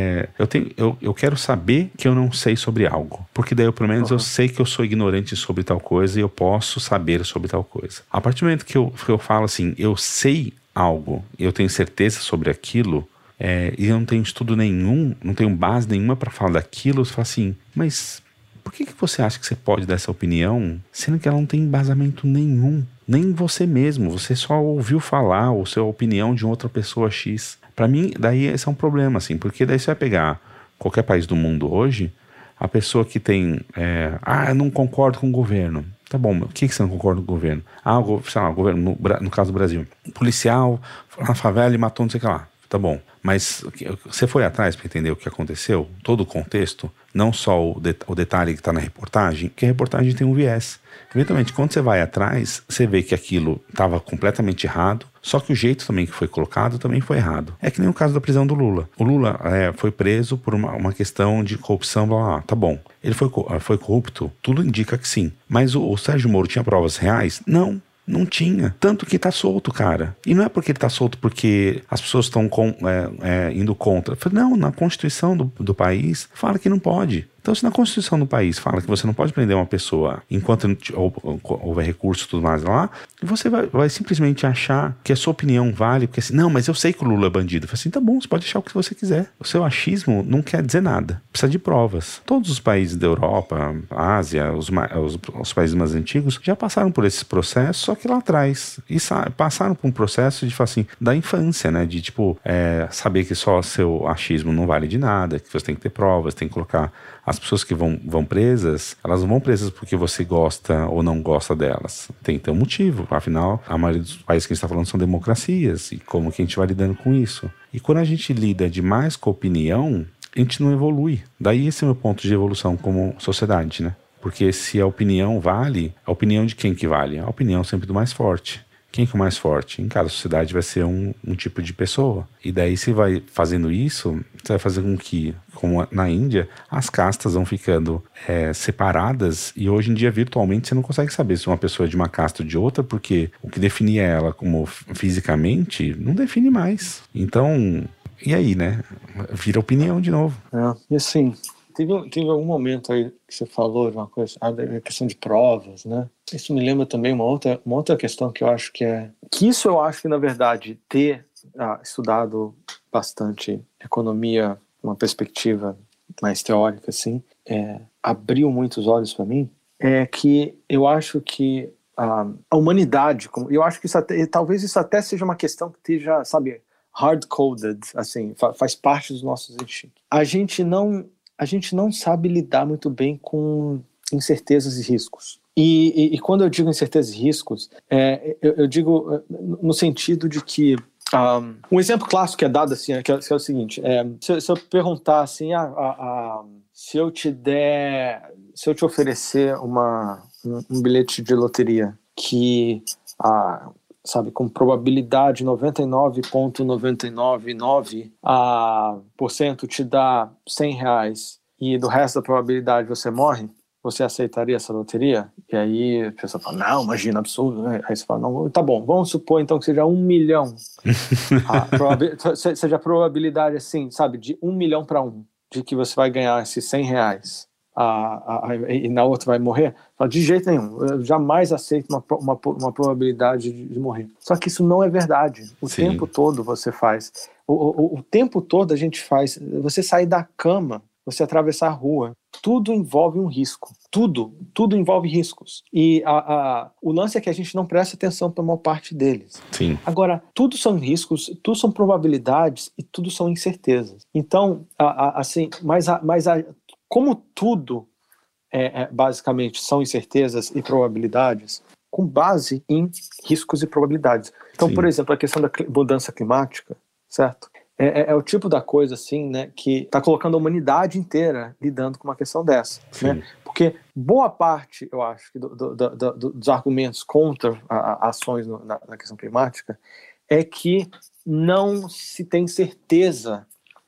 eu quero saber que eu não sei sobre algo. Porque daí, pelo menos, eu sei que eu sou ignorante sobre tal coisa e eu posso saber sobre tal coisa. A partir do momento que eu falo assim, eu sei algo, eu tenho certeza sobre aquilo, e eu não tenho estudo nenhum, não tenho base nenhuma para falar daquilo, você fala assim, mas por que você acha que você pode dar essa opinião, sendo que ela não tem embasamento nenhum? Nem você mesmo, você só ouviu falar ou sua opinião de outra pessoa X. Para mim, daí esse é um problema, assim, porque daí você vai pegar qualquer país do mundo hoje, a pessoa que tem, eu não concordo com o governo. Tá bom, mas o que você não concorda com o governo? Sei lá, o governo, no caso do Brasil, policial foi na favela e matou não sei o que lá. Tá bom, mas você foi atrás para entender o que aconteceu? Todo o contexto? Não só o detalhe que está na reportagem? Porque a reportagem tem um viés. Eventualmente, quando você vai atrás, você vê que aquilo estava completamente errado, só que o jeito também que foi colocado também foi errado. É que nem o caso da prisão do Lula. O Lula foi preso por uma questão de corrupção, blá, blá, blá. Tá bom. Ele foi corrupto? Tudo indica que sim. Mas o Sérgio Moro tinha provas reais? Não. Não tinha. Tanto que tá solto, cara. E não é porque ele tá solto porque as pessoas estão indo contra. Não, na Constituição do país fala que não pode. Então, se na Constituição do país fala que você não pode prender uma pessoa enquanto houver recurso e tudo mais lá, você vai simplesmente achar que a sua opinião vale, porque assim, não, mas eu sei que o Lula é bandido. Eu falo assim, tá bom, você pode achar o que você quiser. O seu achismo não quer dizer nada. Precisa de provas. Todos os países da Europa, Ásia, os países mais antigos, já passaram por esses processos, só que lá atrás. E passaram por um processo de, assim, da infância, né? De, saber que só seu achismo não vale de nada, que você tem que ter provas, tem que colocar. As pessoas que vão presas, elas não vão presas porque você gosta ou não gosta delas. Tem que ter um motivo. Afinal, a maioria dos países que a gente está falando são democracias. E como que a gente vai lidando com isso? E quando a gente lida demais com a opinião, a gente não evolui. Daí esse é o meu ponto de evolução como sociedade, né? Porque se a opinião vale, a opinião de quem que vale? A opinião sempre do mais forte. Quem que é o mais forte? Em cada sociedade vai ser um tipo de pessoa. E daí você vai fazendo isso, você vai fazer com que, como na Índia, as castas vão ficando separadas e hoje em dia virtualmente você não consegue saber se uma pessoa é de uma casta ou de outra, porque o que definia ela como fisicamente não define mais. Então, e aí, né? Vira opinião de novo. E assim, teve algum momento aí que você falou de uma coisa, a questão de provas, né? Isso me lembra também uma outra questão que eu acho que isso eu acho que, na verdade, ter estudado bastante economia, uma perspectiva mais teórica, assim, abriu muitos olhos para mim, que eu acho que a humanidade, eu acho que talvez isso até seja uma questão que esteja, sabe, hard-coded, assim, faz parte dos nossos instintos. A gente não sabe lidar muito bem com incertezas e riscos. E quando eu digo incertezas e riscos, eu digo no sentido de que um exemplo clássico que é dado assim, que é o seguinte, se eu perguntar assim, se eu te oferecer um bilhete de loteria, que, sabe, com probabilidade 99,999% te dá R$100 e do resto da probabilidade você morre, você aceitaria essa loteria? E aí a pessoa fala, não, imagina, absurdo, né? Aí você fala, não, tá bom, vamos supor então que seja 1 milhão. Seja a probabilidade assim, sabe, de 1 milhão para 1, de que você vai ganhar esses R$100 e na outra vai morrer. Fala, de jeito nenhum, eu jamais aceito uma probabilidade de morrer. Só que isso não é verdade. O Sim. tempo todo você faz. O tempo todo a gente faz. Você sair da cama, você atravessar a rua, tudo envolve um risco. Tudo envolve riscos. E o lance é que a gente não presta atenção para uma parte deles. Sim. Agora, tudo são riscos, tudo são probabilidades e tudo são incertezas. Então, assim, como tudo basicamente são incertezas e probabilidades, com base em riscos e probabilidades. Então, Sim. por exemplo, a questão da mudança climática, certo? É o tipo da coisa, assim, né, que está colocando a humanidade inteira lidando com uma questão dessa, né? Porque boa parte, eu acho, dos argumentos contra ações na questão climática é que não se tem certeza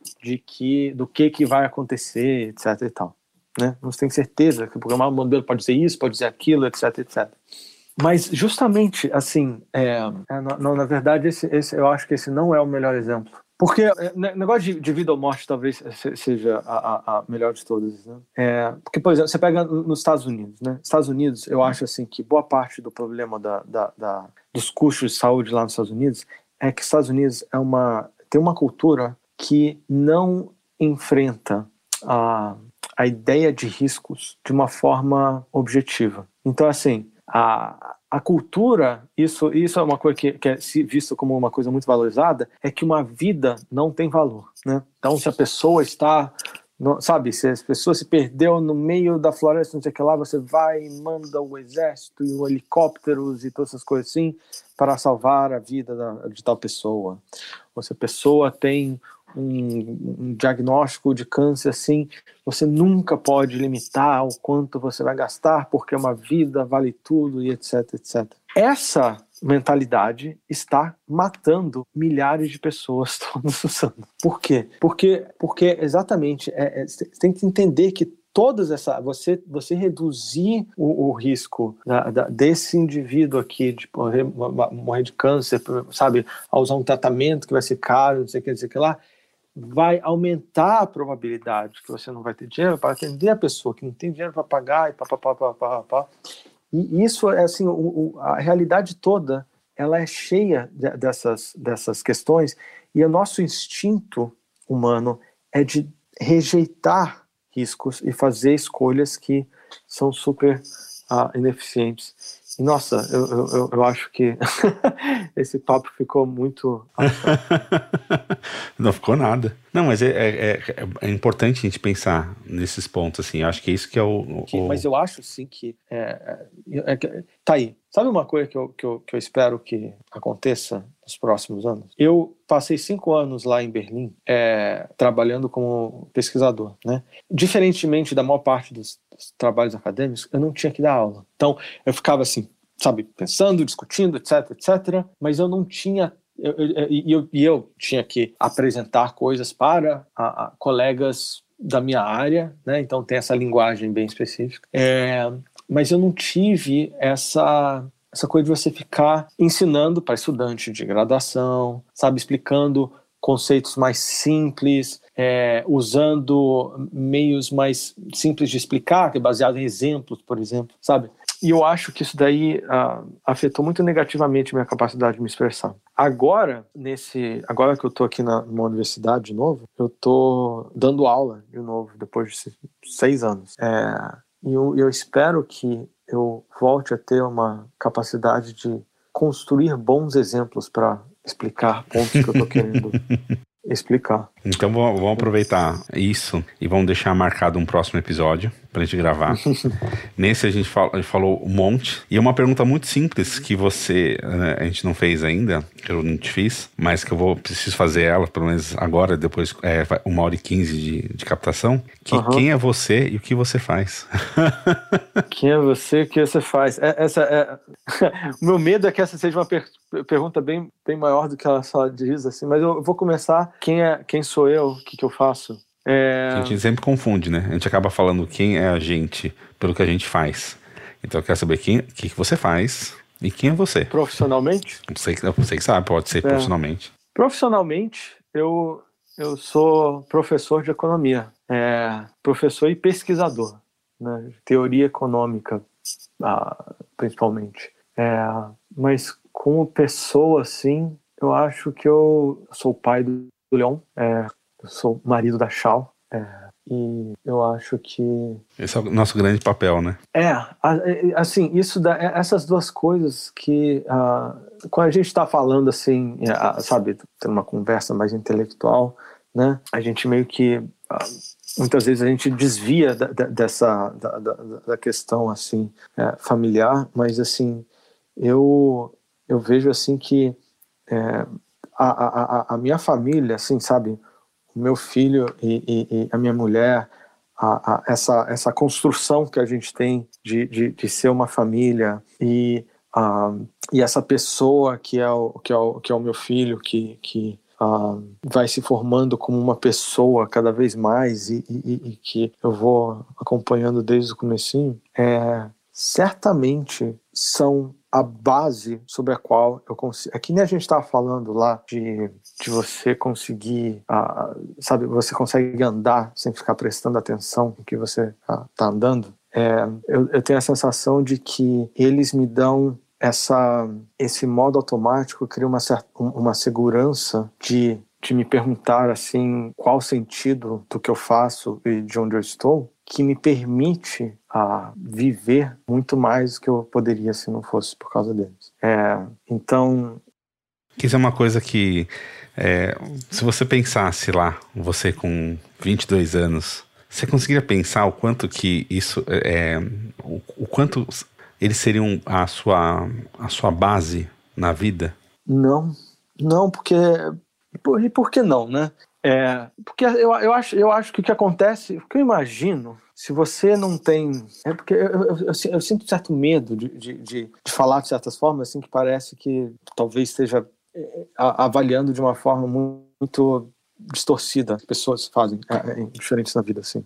do que vai acontecer, etc e tal, né? Não se tem certeza que o modelo pode dizer isso, pode dizer aquilo, etc, etc. Mas justamente, assim, na verdade, eu acho que esse não é o melhor exemplo. Porque negócio de vida ou morte talvez seja a melhor de todas, né? Porque, por exemplo, você pega nos Estados Unidos, né? Estados Unidos, eu acho assim que boa parte do problema dos custos de saúde lá nos Estados Unidos é que os Estados Unidos tem uma cultura que não enfrenta a ideia de riscos de uma forma objetiva. Então, assim, a cultura, isso é uma coisa que é vista como uma coisa muito valorizada, é que uma vida não tem valor, né? Então, se a pessoa está, sabe, se a pessoa se perdeu no meio da floresta, não sei o que lá, você vai e manda o exército e helicópteros e todas essas coisas assim para salvar a vida de tal pessoa. Ou se a pessoa tem um diagnóstico de câncer assim, você nunca pode limitar o quanto você vai gastar, porque uma vida vale tudo e etc, etc. Essa mentalidade está matando milhares de pessoas todos os anos. Por quê? Porque exatamente, você tem que entender que você reduzir o risco desse indivíduo aqui de morrer de câncer, sabe, a usar um tratamento que vai ser caro, não sei o que lá, vai aumentar a probabilidade que você não vai ter dinheiro para atender a pessoa que não tem dinheiro para pagar e pá. E isso é assim, a realidade toda, ela é cheia dessas questões, e o nosso instinto humano é de rejeitar riscos e fazer escolhas que são super ineficientes. E, nossa, eu acho que esse papo ficou muito... Não ficou nada. Não, mas é importante a gente pensar nesses pontos, assim. Eu acho que é isso que é Mas eu acho, sim, que... tá aí. Sabe uma coisa que eu espero que aconteça nos próximos anos? Eu passei 5 anos lá em Berlim trabalhando como pesquisador, né? Diferentemente da maior parte dos trabalhos acadêmicos, eu não tinha que dar aula. Então, eu ficava assim, sabe, pensando, discutindo, etc, etc, mas eu não tinha... Eu tinha que apresentar coisas para colegas da minha área, né? Então tem essa linguagem bem específica. Mas eu não tive essa coisa de você ficar ensinando para estudante de graduação, sabe, explicando conceitos mais simples, usando meios mais simples de explicar, que é baseado em exemplos, por exemplo, sabe? E eu acho que isso daí afetou muito negativamente a minha capacidade de me expressar. Agora que eu estou aqui numa universidade de novo, eu estou dando aula de novo, depois de 6 anos. E eu espero que eu volte a ter uma capacidade de construir bons exemplos para explicar pontos que eu estou querendo explicar. Então vamos aproveitar isso e vamos deixar marcado um próximo episódio pra gente gravar. Nesse a gente falou um monte. E é uma pergunta muito simples que a gente não fez ainda, que eu não te fiz, mas que preciso fazer ela, pelo menos agora, depois 1h15 de captação. Quem é você e o que você faz? Quem é você e o que você faz? O meu medo é que essa seja uma pergunta bem maior do que ela só diz, assim, mas eu vou começar. Quem sou eu? O que eu faço? A gente sempre confunde, né? A gente acaba falando quem é a gente pelo que a gente faz. Então eu quero saber o que você faz e quem é você. Profissionalmente? Você que sabe, pode ser profissionalmente. Profissionalmente, eu sou professor de economia, professor e pesquisador, né? Teoria econômica, principalmente. Mas como pessoa, assim, eu acho que eu sou o pai do Leon, eu sou marido da Chal, e eu acho que... Esse é o nosso grande papel, né? Assim, essas duas coisas que, quando a gente está falando, assim, sabe, tendo uma conversa mais intelectual, né, a gente meio que, muitas vezes a gente desvia da questão, assim, familiar, mas, assim, eu vejo, assim, que a minha família, assim, sabe, o meu filho e a minha mulher, essa construção que a gente tem de ser uma família e essa pessoa que é o meu filho que vai se formando como uma pessoa cada vez mais e que eu vou acompanhando desde o comecinho, certamente são a base sobre a qual eu consigo... É que nem a gente estava falando lá de você conseguir, sabe, você consegue andar sem ficar prestando atenção no que você está andando. Eu tenho a sensação de que eles me dão esse modo automático, cria uma segurança de me perguntar, assim, qual o sentido do que eu faço e de onde eu estou, que me permite viver muito mais do que eu poderia se não fosse por causa deles. Então... Isso é uma coisa que, se você pensasse lá, você com 22 anos, você conseguiria pensar o quanto que isso o quanto eles seriam a sua base na vida? Não, porque... E por que não, né? Porque eu acho que o que acontece, o que eu imagino, se você não tem... porque eu sinto certo medo de falar de certas formas, assim, que parece que talvez esteja avaliando de uma forma muito distorcida. As pessoas fazem diferentes na vida, assim.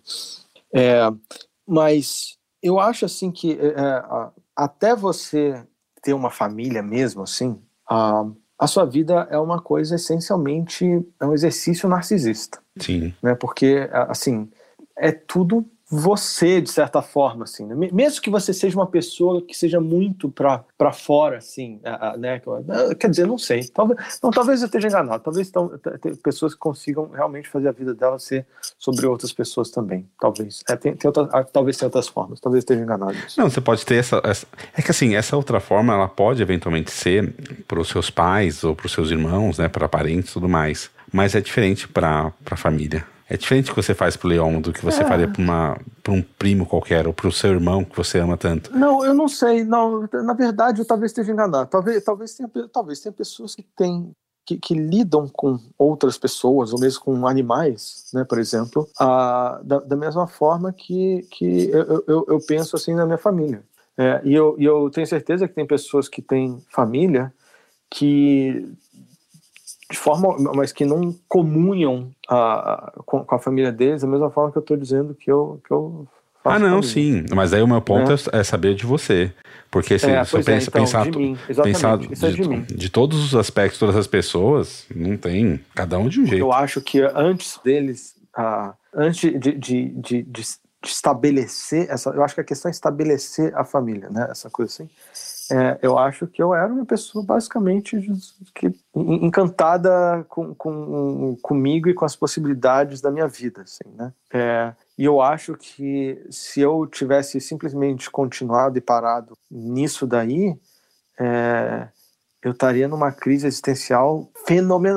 Mas eu acho, assim, que até você ter uma família mesmo, assim... a sua vida é uma coisa essencialmente, é um exercício narcisista. Sim. Né? Porque, assim, é tudo você, de certa forma, assim, né? Mesmo que você seja uma pessoa que seja muito pra fora, assim, né? Quer dizer, não sei, talvez eu esteja enganado, talvez tem pessoas que consigam realmente fazer a vida dela ser sobre outras pessoas também, talvez. Talvez tenha outras formas, talvez eu esteja enganado nisso. Não, você pode ter é que assim, essa outra forma, ela pode eventualmente ser para os seus pais ou para os seus irmãos, né, para parentes e tudo mais, mas é diferente para família. É diferente o que você faz pro Leon do que você faria pra um primo qualquer, ou pro seu irmão que você ama tanto. Não, eu não sei. Não, na verdade, eu talvez esteja enganado. Talvez tenha pessoas que lidam com outras pessoas, ou mesmo com animais, né, por exemplo, da mesma forma que eu penso assim na minha família. E eu tenho certeza que tem pessoas que têm família que... de forma, mas que não comunham com a família deles, da mesma forma que eu estou dizendo que eu faço. Não, sim, mas aí o meu ponto é saber de você, porque se eu pensar de mim, exatamente, isso é de mim. De todos os aspectos, todas as pessoas, não tem, cada um de um jeito. Eu acho que antes deles, antes de estabelecer eu acho que a questão é estabelecer a família, né, essa coisa assim. Eu acho que eu era uma pessoa basicamente encantada comigo e com as possibilidades da minha vida, assim, né? E eu acho que se eu tivesse simplesmente continuado e parado nisso daí, eu estaria numa crise existencial fenomenal,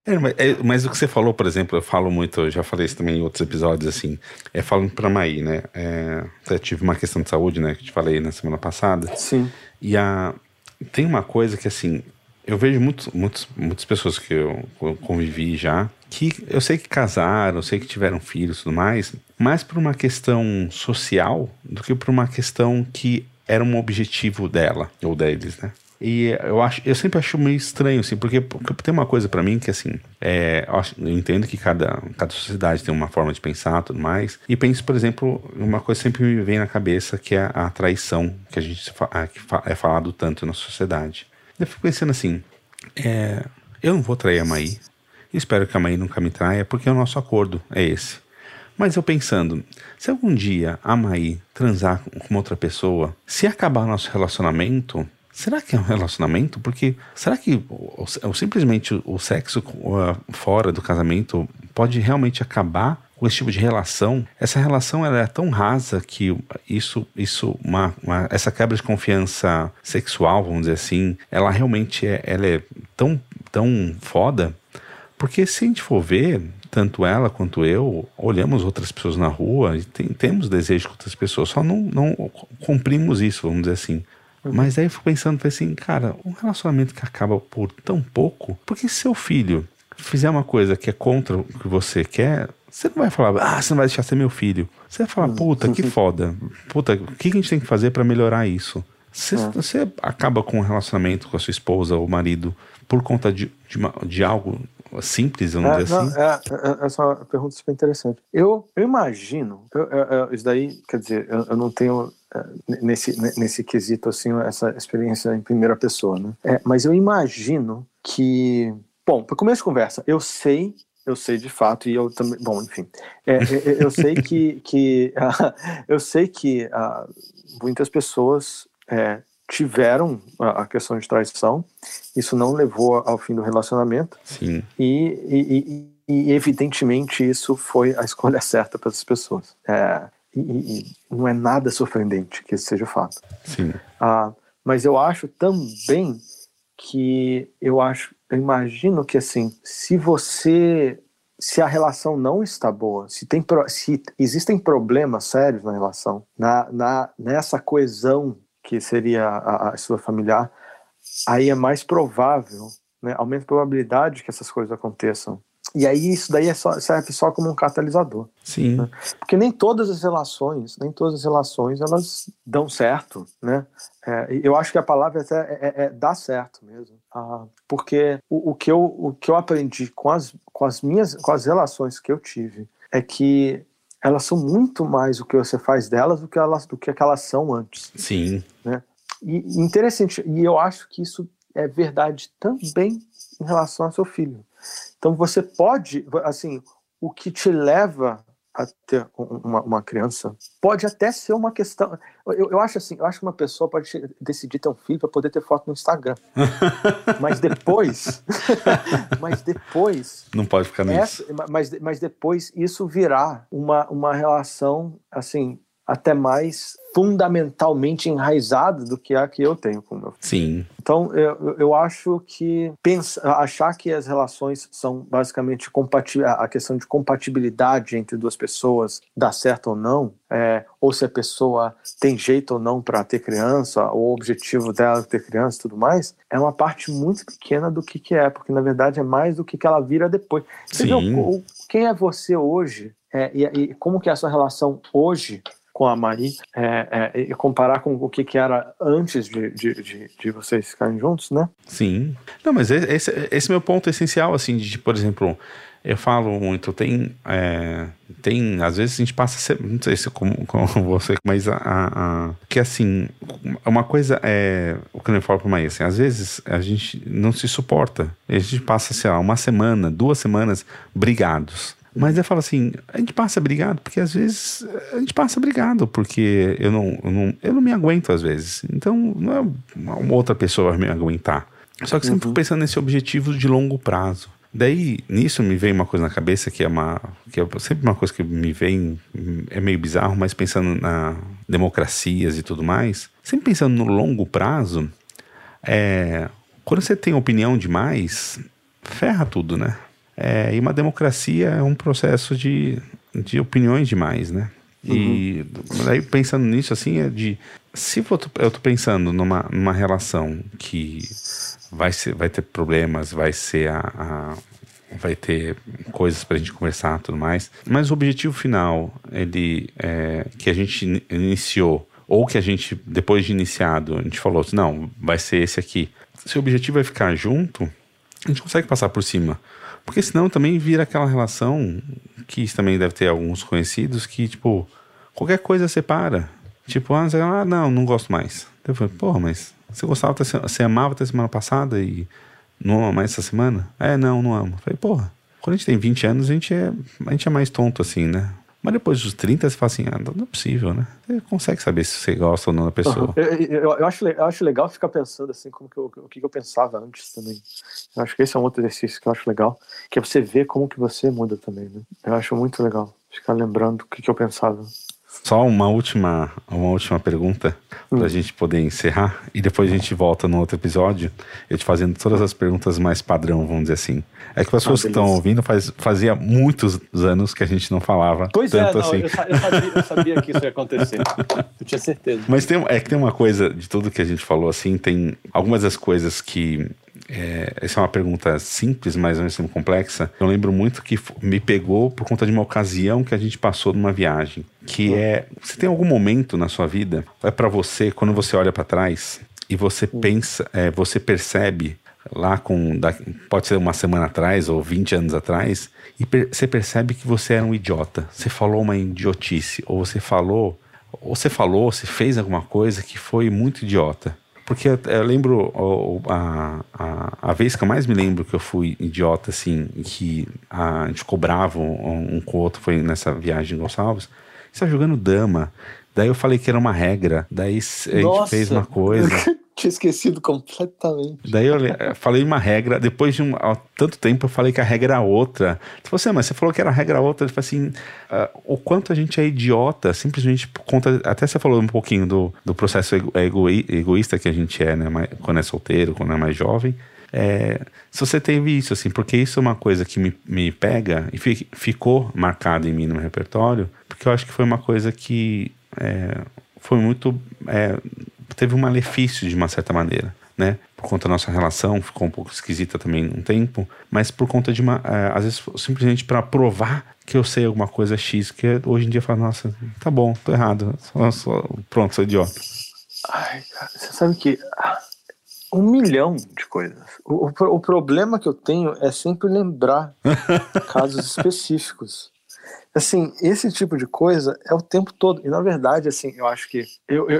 Mas o que você falou, por exemplo, eu falo muito, eu já falei isso também em outros episódios, assim, falando pra Maí, né? Eu tive uma questão de saúde, né, que eu te falei na semana passada. Sim. E tem uma coisa que, assim, eu vejo muitas pessoas que eu convivi já, que eu sei que casaram, eu sei que tiveram filhos e tudo mais, mais por uma questão social do que por uma questão que era um objetivo dela, ou deles, né? E eu sempre acho meio estranho, assim, porque tem uma coisa pra mim que, assim, eu entendo que cada sociedade tem uma forma de pensar e tudo mais, e penso, por exemplo, uma coisa que sempre me vem na cabeça, que é a traição, que a gente é falado tanto na sociedade. Eu fico pensando assim, eu não vou trair a Maí, espero que a Maí nunca me traia, porque o nosso acordo é esse. Mas eu pensando, se algum dia a Maí transar com outra pessoa, se acabar nosso relacionamento, será que é um relacionamento? Porque será que simplesmente o sexo fora do casamento pode realmente acabar com esse tipo de relação? Essa relação ela é tão rasa que essa quebra de confiança sexual, vamos dizer assim, ela realmente ela é tão foda. Porque se a gente for ver, tanto ela quanto eu, olhamos outras pessoas na rua e temos desejo com outras pessoas, só não cumprimos isso, vamos dizer assim. Mas aí eu fico pensando assim, cara, um relacionamento que acaba por tão pouco, porque se seu filho fizer uma coisa que é contra o que você quer, você não vai falar, você não vai deixar ser meu filho. Você vai falar, puta, que foda. Puta, o que a gente tem que fazer pra melhorar isso? Você acaba com um relacionamento com a sua esposa ou marido por conta de algo simples, vamos dizer assim? Essa é uma pergunta super interessante. Eu imagino, isso daí, quer dizer, eu não tenho nesse quesito assim, essa experiência em primeira pessoa, né? Mas eu imagino que, bom, para começo de conversa, eu sei de fato, e eu também, bom, enfim, eu sei eu sei que muitas pessoas tiveram a questão de traição, isso não levou ao fim do relacionamento. Sim. E evidentemente isso foi a escolha certa para essas pessoas. E não é nada surpreendente que isso seja fato. Sim. Mas eu acho também que eu imagino que assim, se a relação não está boa, se existem problemas sérios na relação, nessa coesão que seria a sua familiar, aí é mais provável, né, aumenta a probabilidade que essas coisas aconteçam. E aí isso daí serve só como um catalisador. Sim. Né? Porque nem todas as relações elas dão certo, né? Eu acho que a palavra até é dar certo mesmo. Porque o que eu aprendi com as relações que eu tive é que elas são muito mais o que você faz delas do que elas são antes. Sim. Né? E interessante, e eu acho que isso é verdade também em relação ao seu filho. Então você pode, assim, o que te leva a ter uma criança pode até ser uma questão. Eu acho assim, eu acho que uma pessoa pode decidir ter um filho para poder ter foto no Instagram. Mas depois não pode ficar nisso. Mas depois isso virá uma relação assim até mais fundamentalmente enraizada do que a que eu tenho com o meu filho. Sim. Então, eu acho que achar que as relações são basicamente a questão de compatibilidade entre duas pessoas, dá certo ou não, ou se a pessoa tem jeito ou não para ter criança, ou o objetivo dela é ter criança e tudo mais, é uma parte muito pequena do que é, porque na verdade é mais do que ela vira depois. Você viu quem é você hoje, e como que é a sua relação hoje com a Maí, e comparar com o que era antes de vocês ficarem juntos, né? Sim. Não, mas esse meu ponto essencial, assim, por exemplo, eu falo muito, tem às vezes a gente passa, não sei se como você, mas que assim, uma coisa o que eu falo pra Maí, assim, às vezes a gente não se suporta, a gente passa, sei lá, uma semana, 2 semanas brigados. Mas eu falo assim, a gente passa brigado porque às vezes a gente passa brigado porque eu não me aguento às vezes. Então não é uma outra pessoa vai me aguentar. Só que sempre fico pensando nesse objetivo de longo prazo. Daí, nisso me vem uma coisa na cabeça que é sempre uma coisa que me vem, é meio bizarro, mas pensando na democracias e tudo mais, sempre pensando no longo prazo, quando você tem opinião demais, ferra tudo, né? E uma democracia é um processo de opiniões demais, né? E daí pensando nisso, assim, se eu tô pensando numa relação que vai ter problemas, vai ter coisas pra gente conversar e tudo mais, mas o objetivo final, que a gente iniciou, ou que a gente, depois de iniciado, a gente falou assim, não, vai ser esse aqui. Se o objetivo é ficar junto, a gente consegue passar por cima. Porque senão também vira aquela relação, que isso também deve ter alguns conhecidos, que tipo, qualquer coisa separa. Tipo, não gosto mais. Eu falei, porra, mas você gostava, você amava até semana passada e não ama mais essa semana? Não amo. Eu falei, porra, quando a gente tem 20 anos, a gente é mais tonto assim, né? Mas depois dos 30, você fala assim, não é possível, né? Você consegue saber se você gosta ou não da pessoa. Eu acho legal ficar pensando assim, o que eu pensava antes também. Eu acho que esse é um outro exercício que eu acho legal, que é você ver como que você muda também, né? Eu acho muito legal ficar lembrando o que eu pensava. Só uma última pergunta pra gente poder encerrar, e depois a gente volta no outro episódio, eu te fazendo todas as perguntas mais padrão, vamos dizer assim. É que as pessoas que estão ouvindo, fazia muitos anos que a gente não falava tanto assim. Eu sabia que isso ia acontecer. Eu tinha certeza. Mas tem uma coisa de tudo que a gente falou, assim, tem algumas das coisas que... essa é uma pergunta simples, mas ao mesmo tempo complexa. Eu lembro muito que me pegou por conta de uma ocasião que a gente passou numa viagem. Que você tem algum momento na sua vida, pra você, quando você olha pra trás e você pensa, você percebe lá pode ser uma semana atrás ou 20 anos atrás, e você percebe que você era um idiota. Você falou uma idiotice, ou você fez alguma coisa que foi muito idiota. Porque eu lembro a vez que eu mais me lembro que eu fui idiota, assim, que a gente ficou bravo um com o outro, foi nessa viagem em Gonçalves. Você tá jogando dama. Daí eu falei que era uma regra. Daí a gente fez uma coisa. Tinha esquecido completamente. Daí eu falei uma regra. Depois de tanto tempo eu falei que a regra era outra. Você falou assim, mas você falou que era a regra outra. Ele falou assim, o quanto a gente é idiota, simplesmente por conta... Até você falou um pouquinho do processo egoísta que a gente é, né? Quando é solteiro, quando é mais jovem. Se você teve isso, assim, porque isso é uma coisa que me pega e ficou marcado em mim no meu repertório, porque eu acho que foi uma coisa que foi muito... teve um malefício de uma certa maneira, né? Por conta da nossa relação, ficou um pouco esquisita também um tempo, mas por conta de às vezes simplesmente para provar que eu sei alguma coisa X, que hoje em dia eu falo, nossa, tá bom, tô errado, pronto, sou idiota. Ai, cara, você sabe que 1 milhão de coisas. O problema que eu tenho é sempre lembrar casos específicos. Assim, esse tipo de coisa é o tempo todo. E na verdade, assim, eu acho que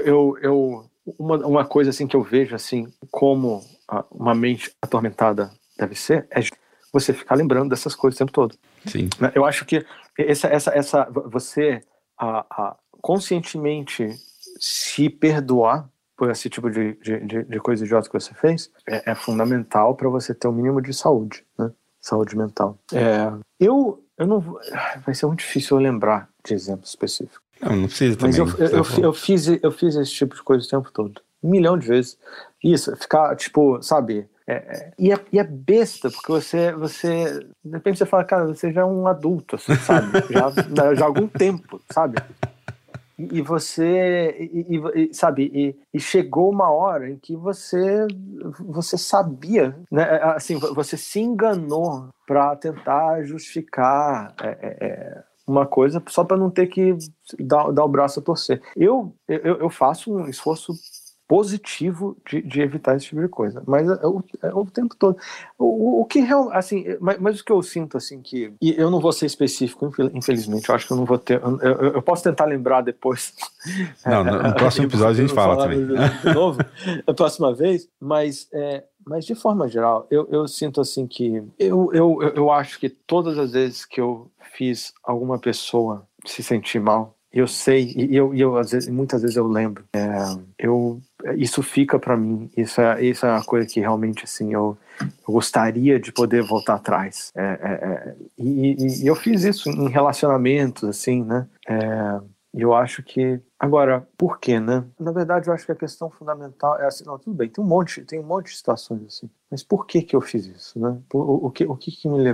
uma coisa assim que eu vejo assim como uma mente atormentada deve ser é você ficar lembrando dessas coisas o tempo todo. Sim. Eu acho que você conscientemente se perdoar por esse tipo de coisa idiota que você fez é fundamental para você ter o mínimo de saúde, né? Saúde mental. Eu não vou... Vai ser muito difícil eu lembrar de exemplos específicos. Não precisa também. Mas eu fiz esse tipo de coisa o tempo todo. 1 milhão de vezes. Isso, ficar, tipo, sabe... E é besta, porque você... De repente você fala, cara, você já é um adulto, assim, sabe? já há algum tempo, sabe? E você... sabe? E chegou uma hora em que você sabia, né? Assim, você se enganou para tentar justificar uma coisa só para não ter que dar o braço a torcer. Eu faço um esforço positivo de evitar esse tipo de coisa, mas é o tempo todo. O que realmente, assim, mas o que eu sinto, assim, que... E eu não vou ser específico, infelizmente, eu acho que eu não vou ter... Eu posso tentar lembrar depois. Não, no próximo episódio a gente fala também. De novo, a próxima vez, mas de forma geral, eu sinto, assim, que... Eu acho que todas as vezes que eu fiz alguma pessoa se sentir mal, eu sei, e eu às vezes, muitas vezes eu lembro, isso fica pra mim, isso é uma coisa que realmente, assim, eu gostaria de poder voltar atrás, e eu fiz isso em relacionamentos, assim, né, e eu acho que, agora, por quê, né? Na verdade, eu acho que a questão fundamental é assim, não, tudo bem, tem um monte de situações assim, mas por que eu fiz isso, né? O que me levou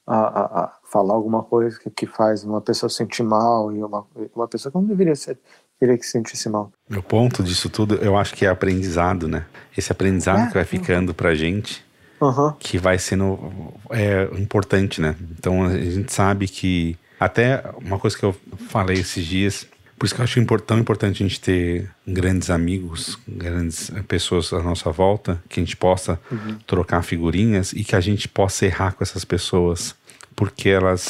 a falar alguma coisa que faz uma pessoa sentir mal, e uma pessoa que não deveria querer que se sentisse mal. O ponto disso tudo, eu acho que é aprendizado, né? Esse aprendizado que vai ficando pra gente, que vai sendo importante, né? Então a gente sabe que, até uma coisa que eu falei esses dias, por isso que eu acho tão importante a gente ter grandes amigos, grandes pessoas à nossa volta, que a gente possa trocar figurinhas e que a gente possa errar com essas pessoas, porque elas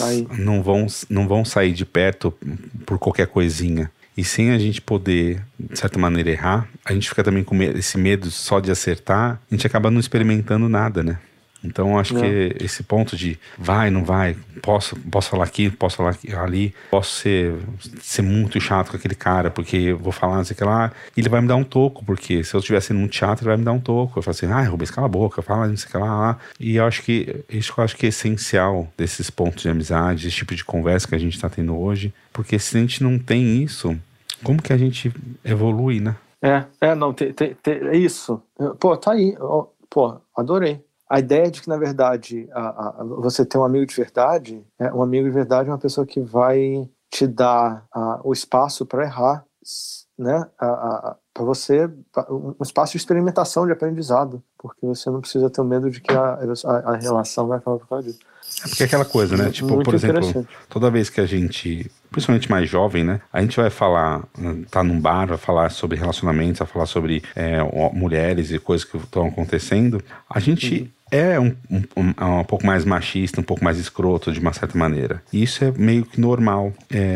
não vão sair de perto por qualquer coisinha. E sem a gente poder, de certa maneira, errar, a gente fica também com esse medo só de acertar, a gente acaba não experimentando nada, né? Então, acho que esse ponto de vai, não vai, posso falar aqui, posso falar ali, posso ser muito chato com aquele cara, porque eu vou falar, não sei o que lá, e ele vai me dar um toco, porque se eu estiver sendo muito chato, ele vai me dar um toco. Eu falo assim, Rubens, cala a boca, fala não sei o que lá. E eu acho que isso eu acho que é essencial desses pontos de amizade, esse tipo de conversa que a gente está tendo hoje, porque se a gente não tem isso, como que a gente evolui, né? Não, é isso. Pô, tá aí. Pô, adorei. A ideia de que, na verdade, você ter um amigo de verdade, um amigo de verdade é uma pessoa que vai te dar o espaço para errar, né? Para você, um espaço de experimentação, de aprendizado, porque você não precisa ter o medo de que a relação vai acabar por causa disso. Porque é aquela coisa, né? Tipo, Muito por exemplo, toda vez que a gente, principalmente mais jovem, né? A gente vai falar, tá num bar, vai falar sobre relacionamentos, vai falar sobre mulheres e coisas que estão acontecendo. A gente é um pouco mais machista, um pouco mais escroto de uma certa maneira. E isso é meio que normal,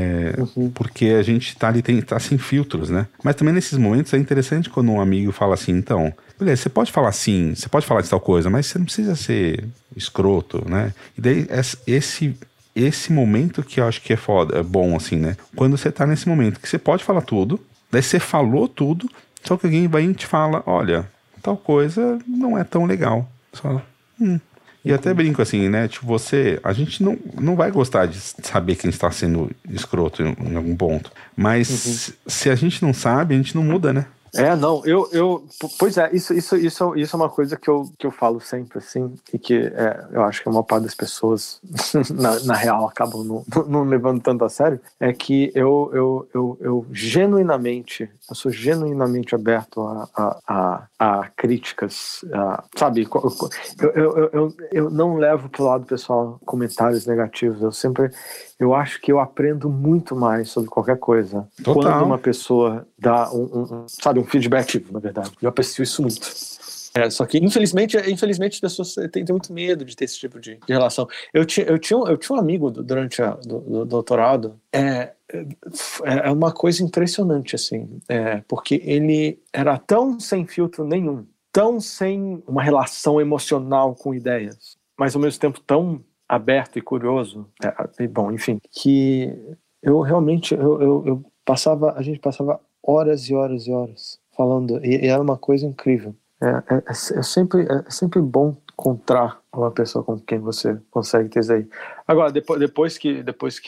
porque a gente tá ali, tá sem filtros, né? Mas também nesses momentos é interessante quando um amigo fala assim, então, beleza, você pode falar assim, você pode falar de tal coisa, mas você não precisa ser escroto, né? E daí esse momento que eu acho que é foda, é bom assim, né? Quando você tá nesse momento que você pode falar tudo, daí você falou tudo, só que alguém vai e te fala, olha, tal coisa não é tão legal. Só, E até brinco assim, né? Tipo, a gente não vai gostar de saber que a gente tá sendo escroto em algum ponto. Mas se a gente não sabe, a gente não muda, né? Não, pois é, isso é uma coisa que eu falo sempre, assim, e que eu acho que a maior parte das pessoas, na real, acabam não levando tanto a sério, é que eu sou genuinamente aberto a críticas, sabe, eu não levo pro lado pessoal comentários negativos, eu acho que eu aprendo muito mais sobre qualquer coisa. Total. Quando uma pessoa dá um feedback, na verdade. Eu aprecio isso muito. Só que, infelizmente as pessoas têm muito medo de ter esse tipo de relação. Eu tinha um amigo durante o doutorado. É uma coisa impressionante, assim. Porque ele era tão sem filtro nenhum, tão sem uma relação emocional com ideias, mas ao mesmo tempo tão aberto e curioso, bom, enfim, que eu realmente a gente passava horas e horas e horas falando, e era uma coisa incrível. É sempre bom encontrar uma pessoa com quem você consegue ter isso aí. Agora, depois que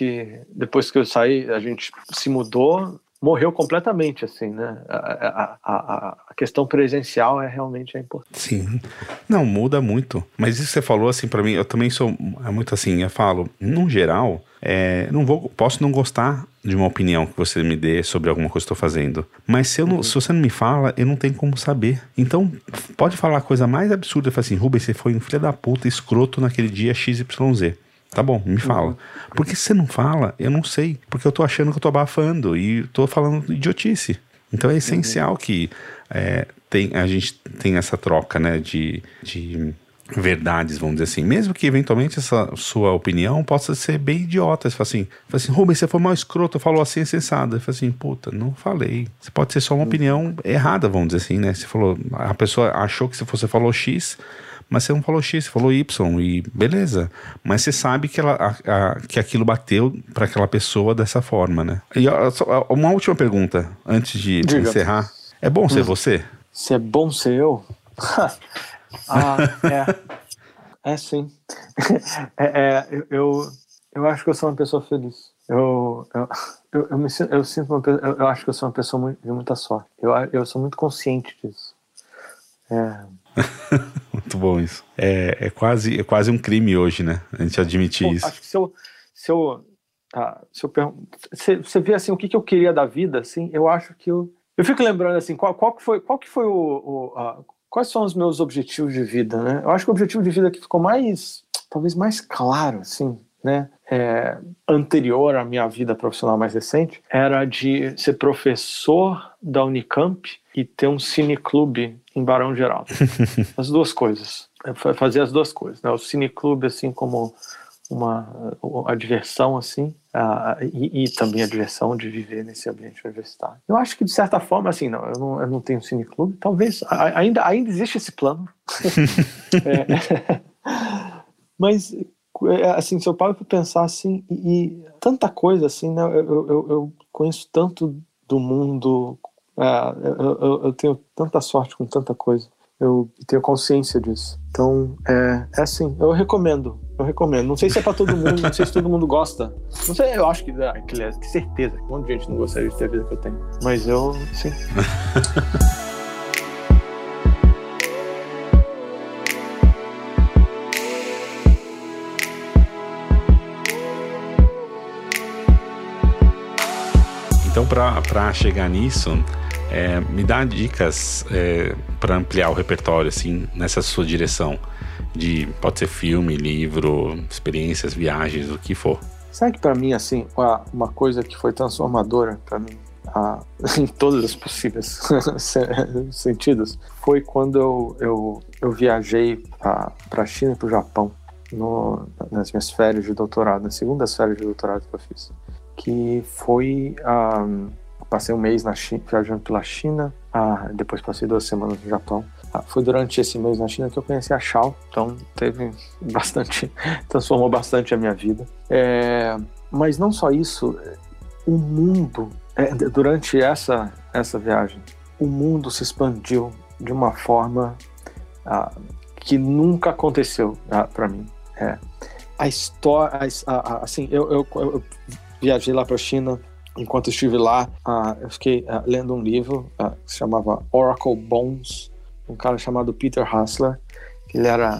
eu saí, a gente se mudou, morreu completamente, assim, né? A questão presencial realmente importante. Sim. Não, muda muito. Mas isso que você falou, assim, pra mim, eu também sou muito assim, eu falo, no geral, posso não gostar de uma opinião que você me dê sobre alguma coisa que eu estou fazendo. Mas se você não me fala, eu não tenho como saber. Então, pode falar a coisa mais absurda, falar assim, Rubens, você foi um filho da puta, escroto naquele dia XYZ. Tá bom, me fala. Porque se você não fala, eu não sei. Porque eu tô achando que eu tô abafando e tô falando idiotice. Então é essencial que a gente tenha essa troca, né, de verdades, vamos dizer assim. Mesmo que eventualmente essa sua opinião possa ser bem idiota. Você fala assim, Rubens, você foi mal escroto, falou assim, insensado. Eu falo assim, puta, não falei. Você pode ser só uma opinião errada, vamos dizer assim, né? Você falou, a pessoa achou que você falou X, mas você não falou X, você falou Y, e beleza. Mas você sabe que, que aquilo bateu para aquela pessoa dessa forma, né? E uma última pergunta, antes de encerrar. É bom ser você? Se é bom ser eu? Sim. Eu acho que eu sou uma pessoa feliz. Eu acho que eu sou uma pessoa de muita sorte. Eu sou muito consciente disso. Muito bom isso. É quase um crime hoje, né? A gente admitir isso. Acho que se eu pergunto, você vê assim, o que eu queria da vida, assim, eu acho que eu fico lembrando assim, qual que foi quais são os meus objetivos de vida, né? Eu acho que o objetivo de vida que ficou talvez mais claro, assim, né? Anterior à minha vida profissional mais recente, era de ser professor da Unicamp e ter um cineclube em Barão Geraldo. As duas coisas. Fazer as duas coisas, né? O cineclube, assim, como a diversão, assim, e também a diversão de viver nesse ambiente universitário. Eu acho que, de certa forma, assim, eu não tenho cineclube, talvez, ainda existe esse plano. Mas, assim, se eu paro para pensar, assim, e tanta coisa, assim, né, eu conheço tanto do mundo, eu tenho tanta sorte com tanta coisa, eu tenho consciência disso. Então, assim, eu recomendo. Não sei se é pra todo mundo, não sei se todo mundo gosta. Não sei, eu acho que certeza, um monte de gente não gostaria de ter a vida que eu tenho. Mas eu, sim. Então, para chegar nisso, me dá dicas para ampliar o repertório, assim, nessa sua direção. Pode ser filme, livro, experiências, viagens, o que for. Sabe que para mim, assim, uma coisa que foi transformadora para mim, em todos os possíveis sentidos, foi quando eu viajei para a China e para o Japão nas minhas férias de doutorado, nas segundas férias de doutorado que eu fiz. Que foi... passei um mês viajando pela China, depois passei 2 semanas no Japão. Foi durante esse mês na China que eu conheci a Xiao, então transformou bastante a minha vida. Mas não só isso, o mundo, durante essa viagem, o mundo se expandiu de uma forma que nunca aconteceu para mim. A história, assim, eu viajei lá para a China. Enquanto estive lá, eu fiquei lendo um livro que se chamava Oracle Bones, um cara chamado Peter Hassler, que ele era...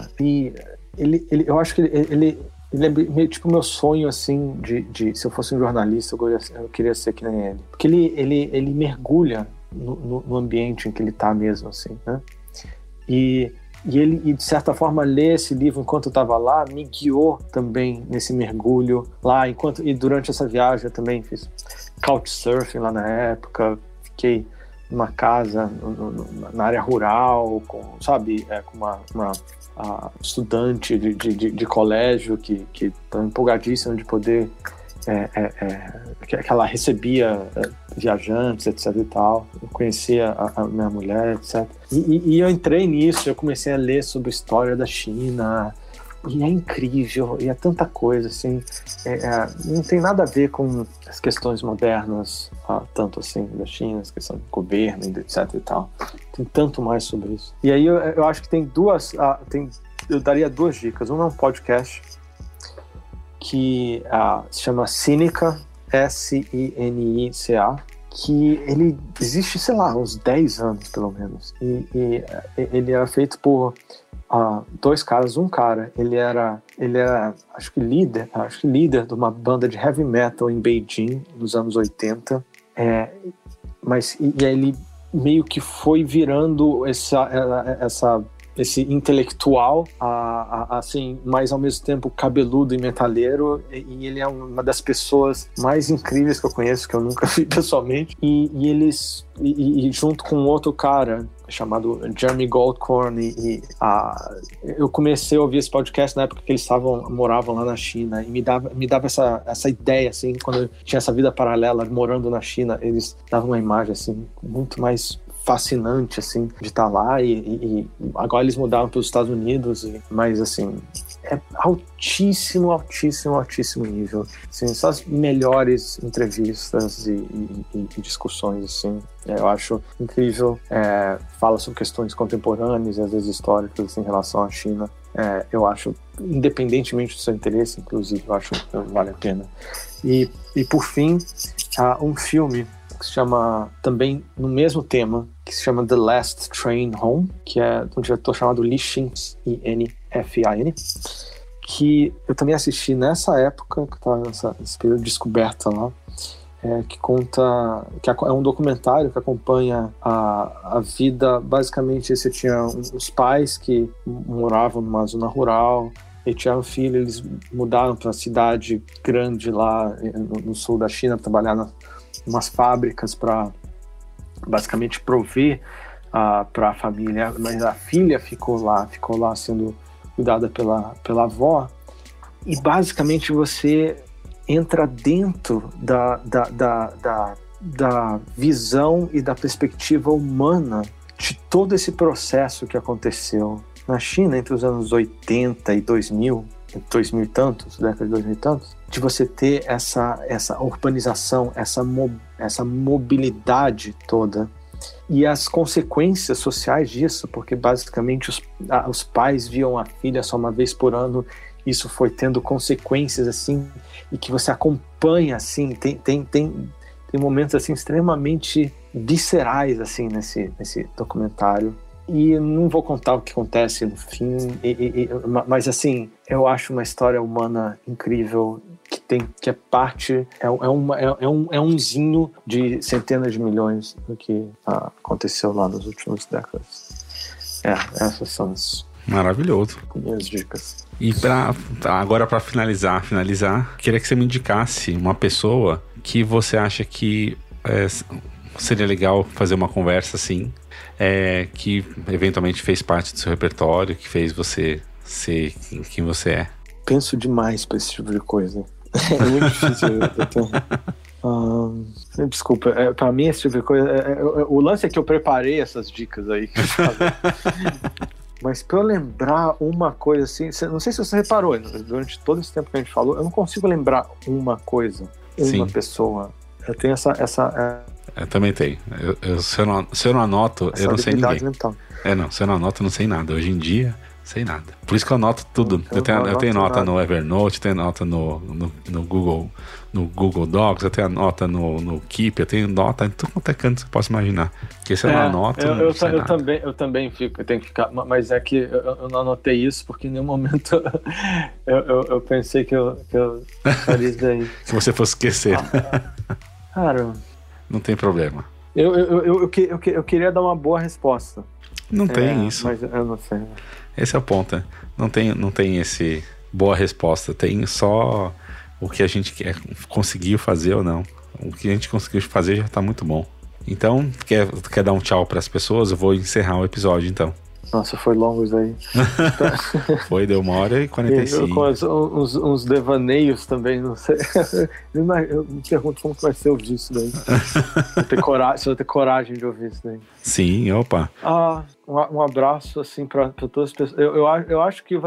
eu acho que ele é meio tipo o meu sonho, assim, de se eu fosse um jornalista, eu queria ser que nem ele. Porque ele mergulha no ambiente em que ele está mesmo, assim, né? E ele, de certa forma, ler esse livro enquanto eu estava lá me guiou também nesse mergulho lá. E durante essa viagem eu também fiz couchsurfing lá na época, fiquei numa casa na área rural, com uma estudante de colégio que estava empolgadíssima de poder, que ela recebia viajantes, etc e tal. Eu conhecia a minha mulher, etc. E eu entrei nisso, eu comecei a ler sobre a história da China, e é incrível, e é tanta coisa, assim, não tem nada a ver com as questões modernas, tanto assim, da China, as questões do governo, etc e tal. Tem tanto mais sobre isso. E aí eu acho que tem eu daria 2 dicas. Uma é um podcast que se chama Sinica, Sinica, que ele existe, sei lá, uns 10 anos, pelo menos. E ele era feito por 2 caras. Um cara, ele era acho que líder de uma banda de heavy metal em Beijing, nos anos 80. E aí ele meio que foi virando esse intelectual, assim, mas ao mesmo tempo cabeludo e metaleiro, e ele é uma das pessoas mais incríveis que eu conheço, que eu nunca vi pessoalmente, e junto com outro cara chamado Jeremy Goldkorn, eu comecei a ouvir esse podcast na época que eles moravam lá na China, e me dava essa ideia, assim, quando eu tinha essa vida paralela morando na China, eles davam uma imagem, assim, muito mais fascinante, assim, de estar lá, e agora eles mudaram para os Estados Unidos, mas, assim, é altíssimo nível, assim, são as melhores entrevistas e discussões, assim, eu acho incrível, fala sobre questões contemporâneas e às vezes históricas, assim, em relação à China. Eu acho, independentemente do seu interesse, inclusive, eu acho que vale a pena. E por fim, um filme que se chama, também no mesmo tema, que se chama The Last Train Home, que é de um diretor chamado Lee Fin, I-N-F-I-N, que eu também assisti nessa época, que estava nesse período de descoberta lá, que conta, que é um documentário que acompanha a vida. Basicamente, você tinha os pais que moravam numa zona rural e tinham um filho, eles mudaram para uma cidade grande lá no sul da China, trabalhar em umas fábricas para basicamente prover para a família, mas a filha ficou lá sendo cuidada pela avó, e basicamente você entra dentro da visão e da perspectiva humana de todo esse processo que aconteceu na China entre os anos 80 e 2000 e tantos, década de 2000 e tantos, de você ter essa urbanização, essa mobilidade toda e as consequências sociais disso, porque basicamente os pais viam a filha só uma vez por ano. Isso foi tendo consequências assim, e que você acompanha assim, tem momentos assim extremamente viscerais assim nesse documentário. E não vou contar o que acontece no fim, mas assim, eu acho uma história humana incrível, que é parte, é umzinho de centenas de milhões do que aconteceu lá nas últimas décadas. Essas são as Maravilhoso. minhas dicas. E agora para finalizar, queria que você me indicasse uma pessoa que você acha que seria legal fazer uma conversa assim, que eventualmente fez parte do seu repertório, que fez você ser quem você é. Penso demais pra esse tipo de coisa. É muito difícil. Desculpa, pra mim esse tipo de coisa, o lance é que eu preparei essas dicas aí que eu falei. Mas pra eu lembrar uma coisa assim, não sei se você reparou, durante todo esse tempo que a gente falou, eu não consigo lembrar uma coisa, uma pessoa. Eu tenho essa eu também tenho. Se eu não anoto, eu não sei ninguém. Mental. Se eu não anoto, eu não sei nada. Hoje em dia, sei nada. Por isso que eu anoto tudo. Eu tenho nota no Evernote, tenho nota no Google Docs, eu tenho nota no Keep, eu tenho nota em tudo quanto é canto que você possa imaginar. Porque se eu não anoto, eu também fico, eu tenho que ficar. Mas é que eu não anotei isso porque em nenhum momento eu pensei que eu faria isso daí. Se você fosse esquecer. Cara, não tem problema. Eu queria dar uma boa resposta. Não tem isso. Mas eu não sei. Esse é o ponto. Não tem esse boa resposta. Tem só o que a gente conseguiu fazer ou não. O que a gente conseguiu fazer já tá muito bom. Então, quer dar um tchau para as pessoas? Eu vou encerrar o episódio, então. Nossa, foi longo isso aí. Deu 1h45. Com uns devaneios também, não sei. Eu me pergunto como que vai ser ouvir isso daí. Se eu ter coragem de ouvir isso daí. Sim, opa. Um abraço, assim, para todas as pessoas. Eu acho que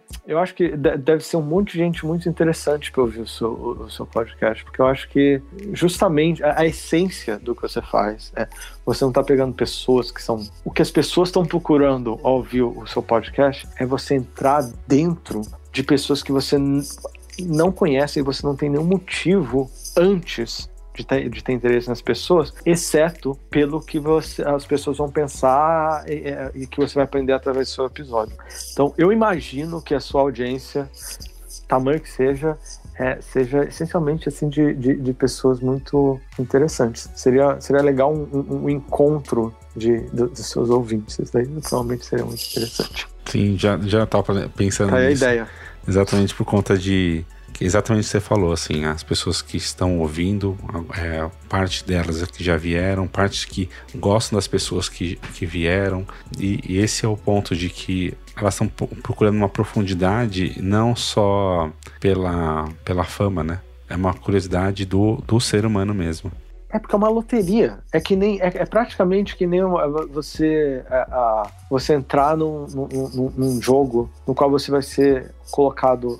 deve ser um monte de gente muito interessante para ouvir o seu podcast, porque eu acho que justamente a essência do que você faz você não tá pegando pessoas que são... O que as pessoas estão procurando ao ouvir o seu podcast é você entrar dentro de pessoas que você não conhece e você não tem nenhum motivo antes de ter interesse nas pessoas, exceto pelo que as pessoas vão pensar e que você vai aprender através do seu episódio. Então, eu imagino que a sua audiência, tamanho que seja essencialmente assim de pessoas muito interessantes. Seria legal um encontro dos seus ouvintes. Isso daí provavelmente seria muito interessante. Sim, já estava pensando nisso. É a ideia. Exatamente por conta de... Exatamente o que você falou, assim, as pessoas que estão ouvindo, parte delas que já vieram, parte que gostam das pessoas que vieram, e esse é o ponto de que elas estão procurando uma profundidade não só pela fama, né? É uma curiosidade do ser humano mesmo. Porque é uma loteria. É praticamente que nem você entrar num jogo no qual você vai ser colocado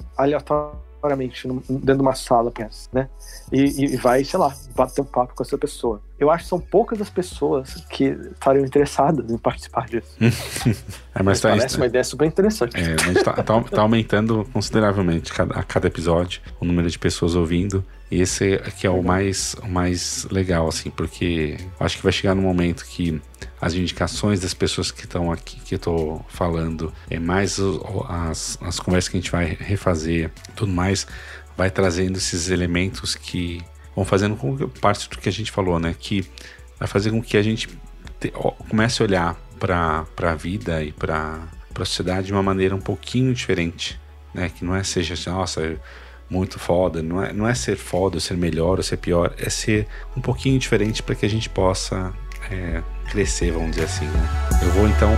aleatoriamente dentro de uma sala, né? E vai, sei lá, bater um papo com essa pessoa. eu acho que são poucas as pessoas que estariam interessadas em participar disso. Mas parece uma ideia super interessante. Mas tá aumentando consideravelmente a cada episódio o número de pessoas ouvindo. E esse aqui é o mais legal, assim, porque acho que vai chegar no momento que as indicações das pessoas que estão aqui, que eu tô falando, mais as conversas que a gente vai refazer, tudo mais, vai trazendo esses elementos que vão fazendo com que parte do que a gente falou, né? Que vai fazer com que a gente comece a olhar para a vida e para a sociedade de uma maneira um pouquinho diferente, né? Que não seja assim, nossa, muito foda, não é ser foda, ou ser melhor, ou ser pior, é ser um pouquinho diferente para que a gente possa crescer, vamos dizer assim, né? Eu vou então...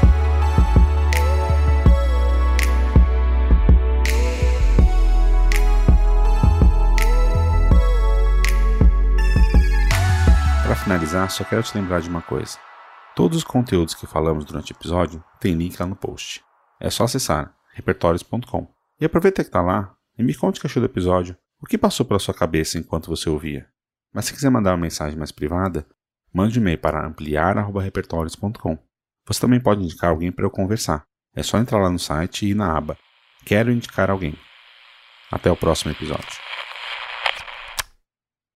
Para finalizar, só quero te lembrar de uma coisa. Todos os conteúdos que falamos durante o episódio tem link lá no post. É só acessar repertórios.com. E aproveita que está lá e me conte o que achou do episódio, o que passou pela sua cabeça enquanto você ouvia. Mas se quiser mandar uma mensagem mais privada, mande um e-mail para ampliar@repertórios.com. Você também pode indicar alguém para eu conversar. É só entrar lá no site e ir na aba Quero Indicar Alguém. Até o próximo episódio.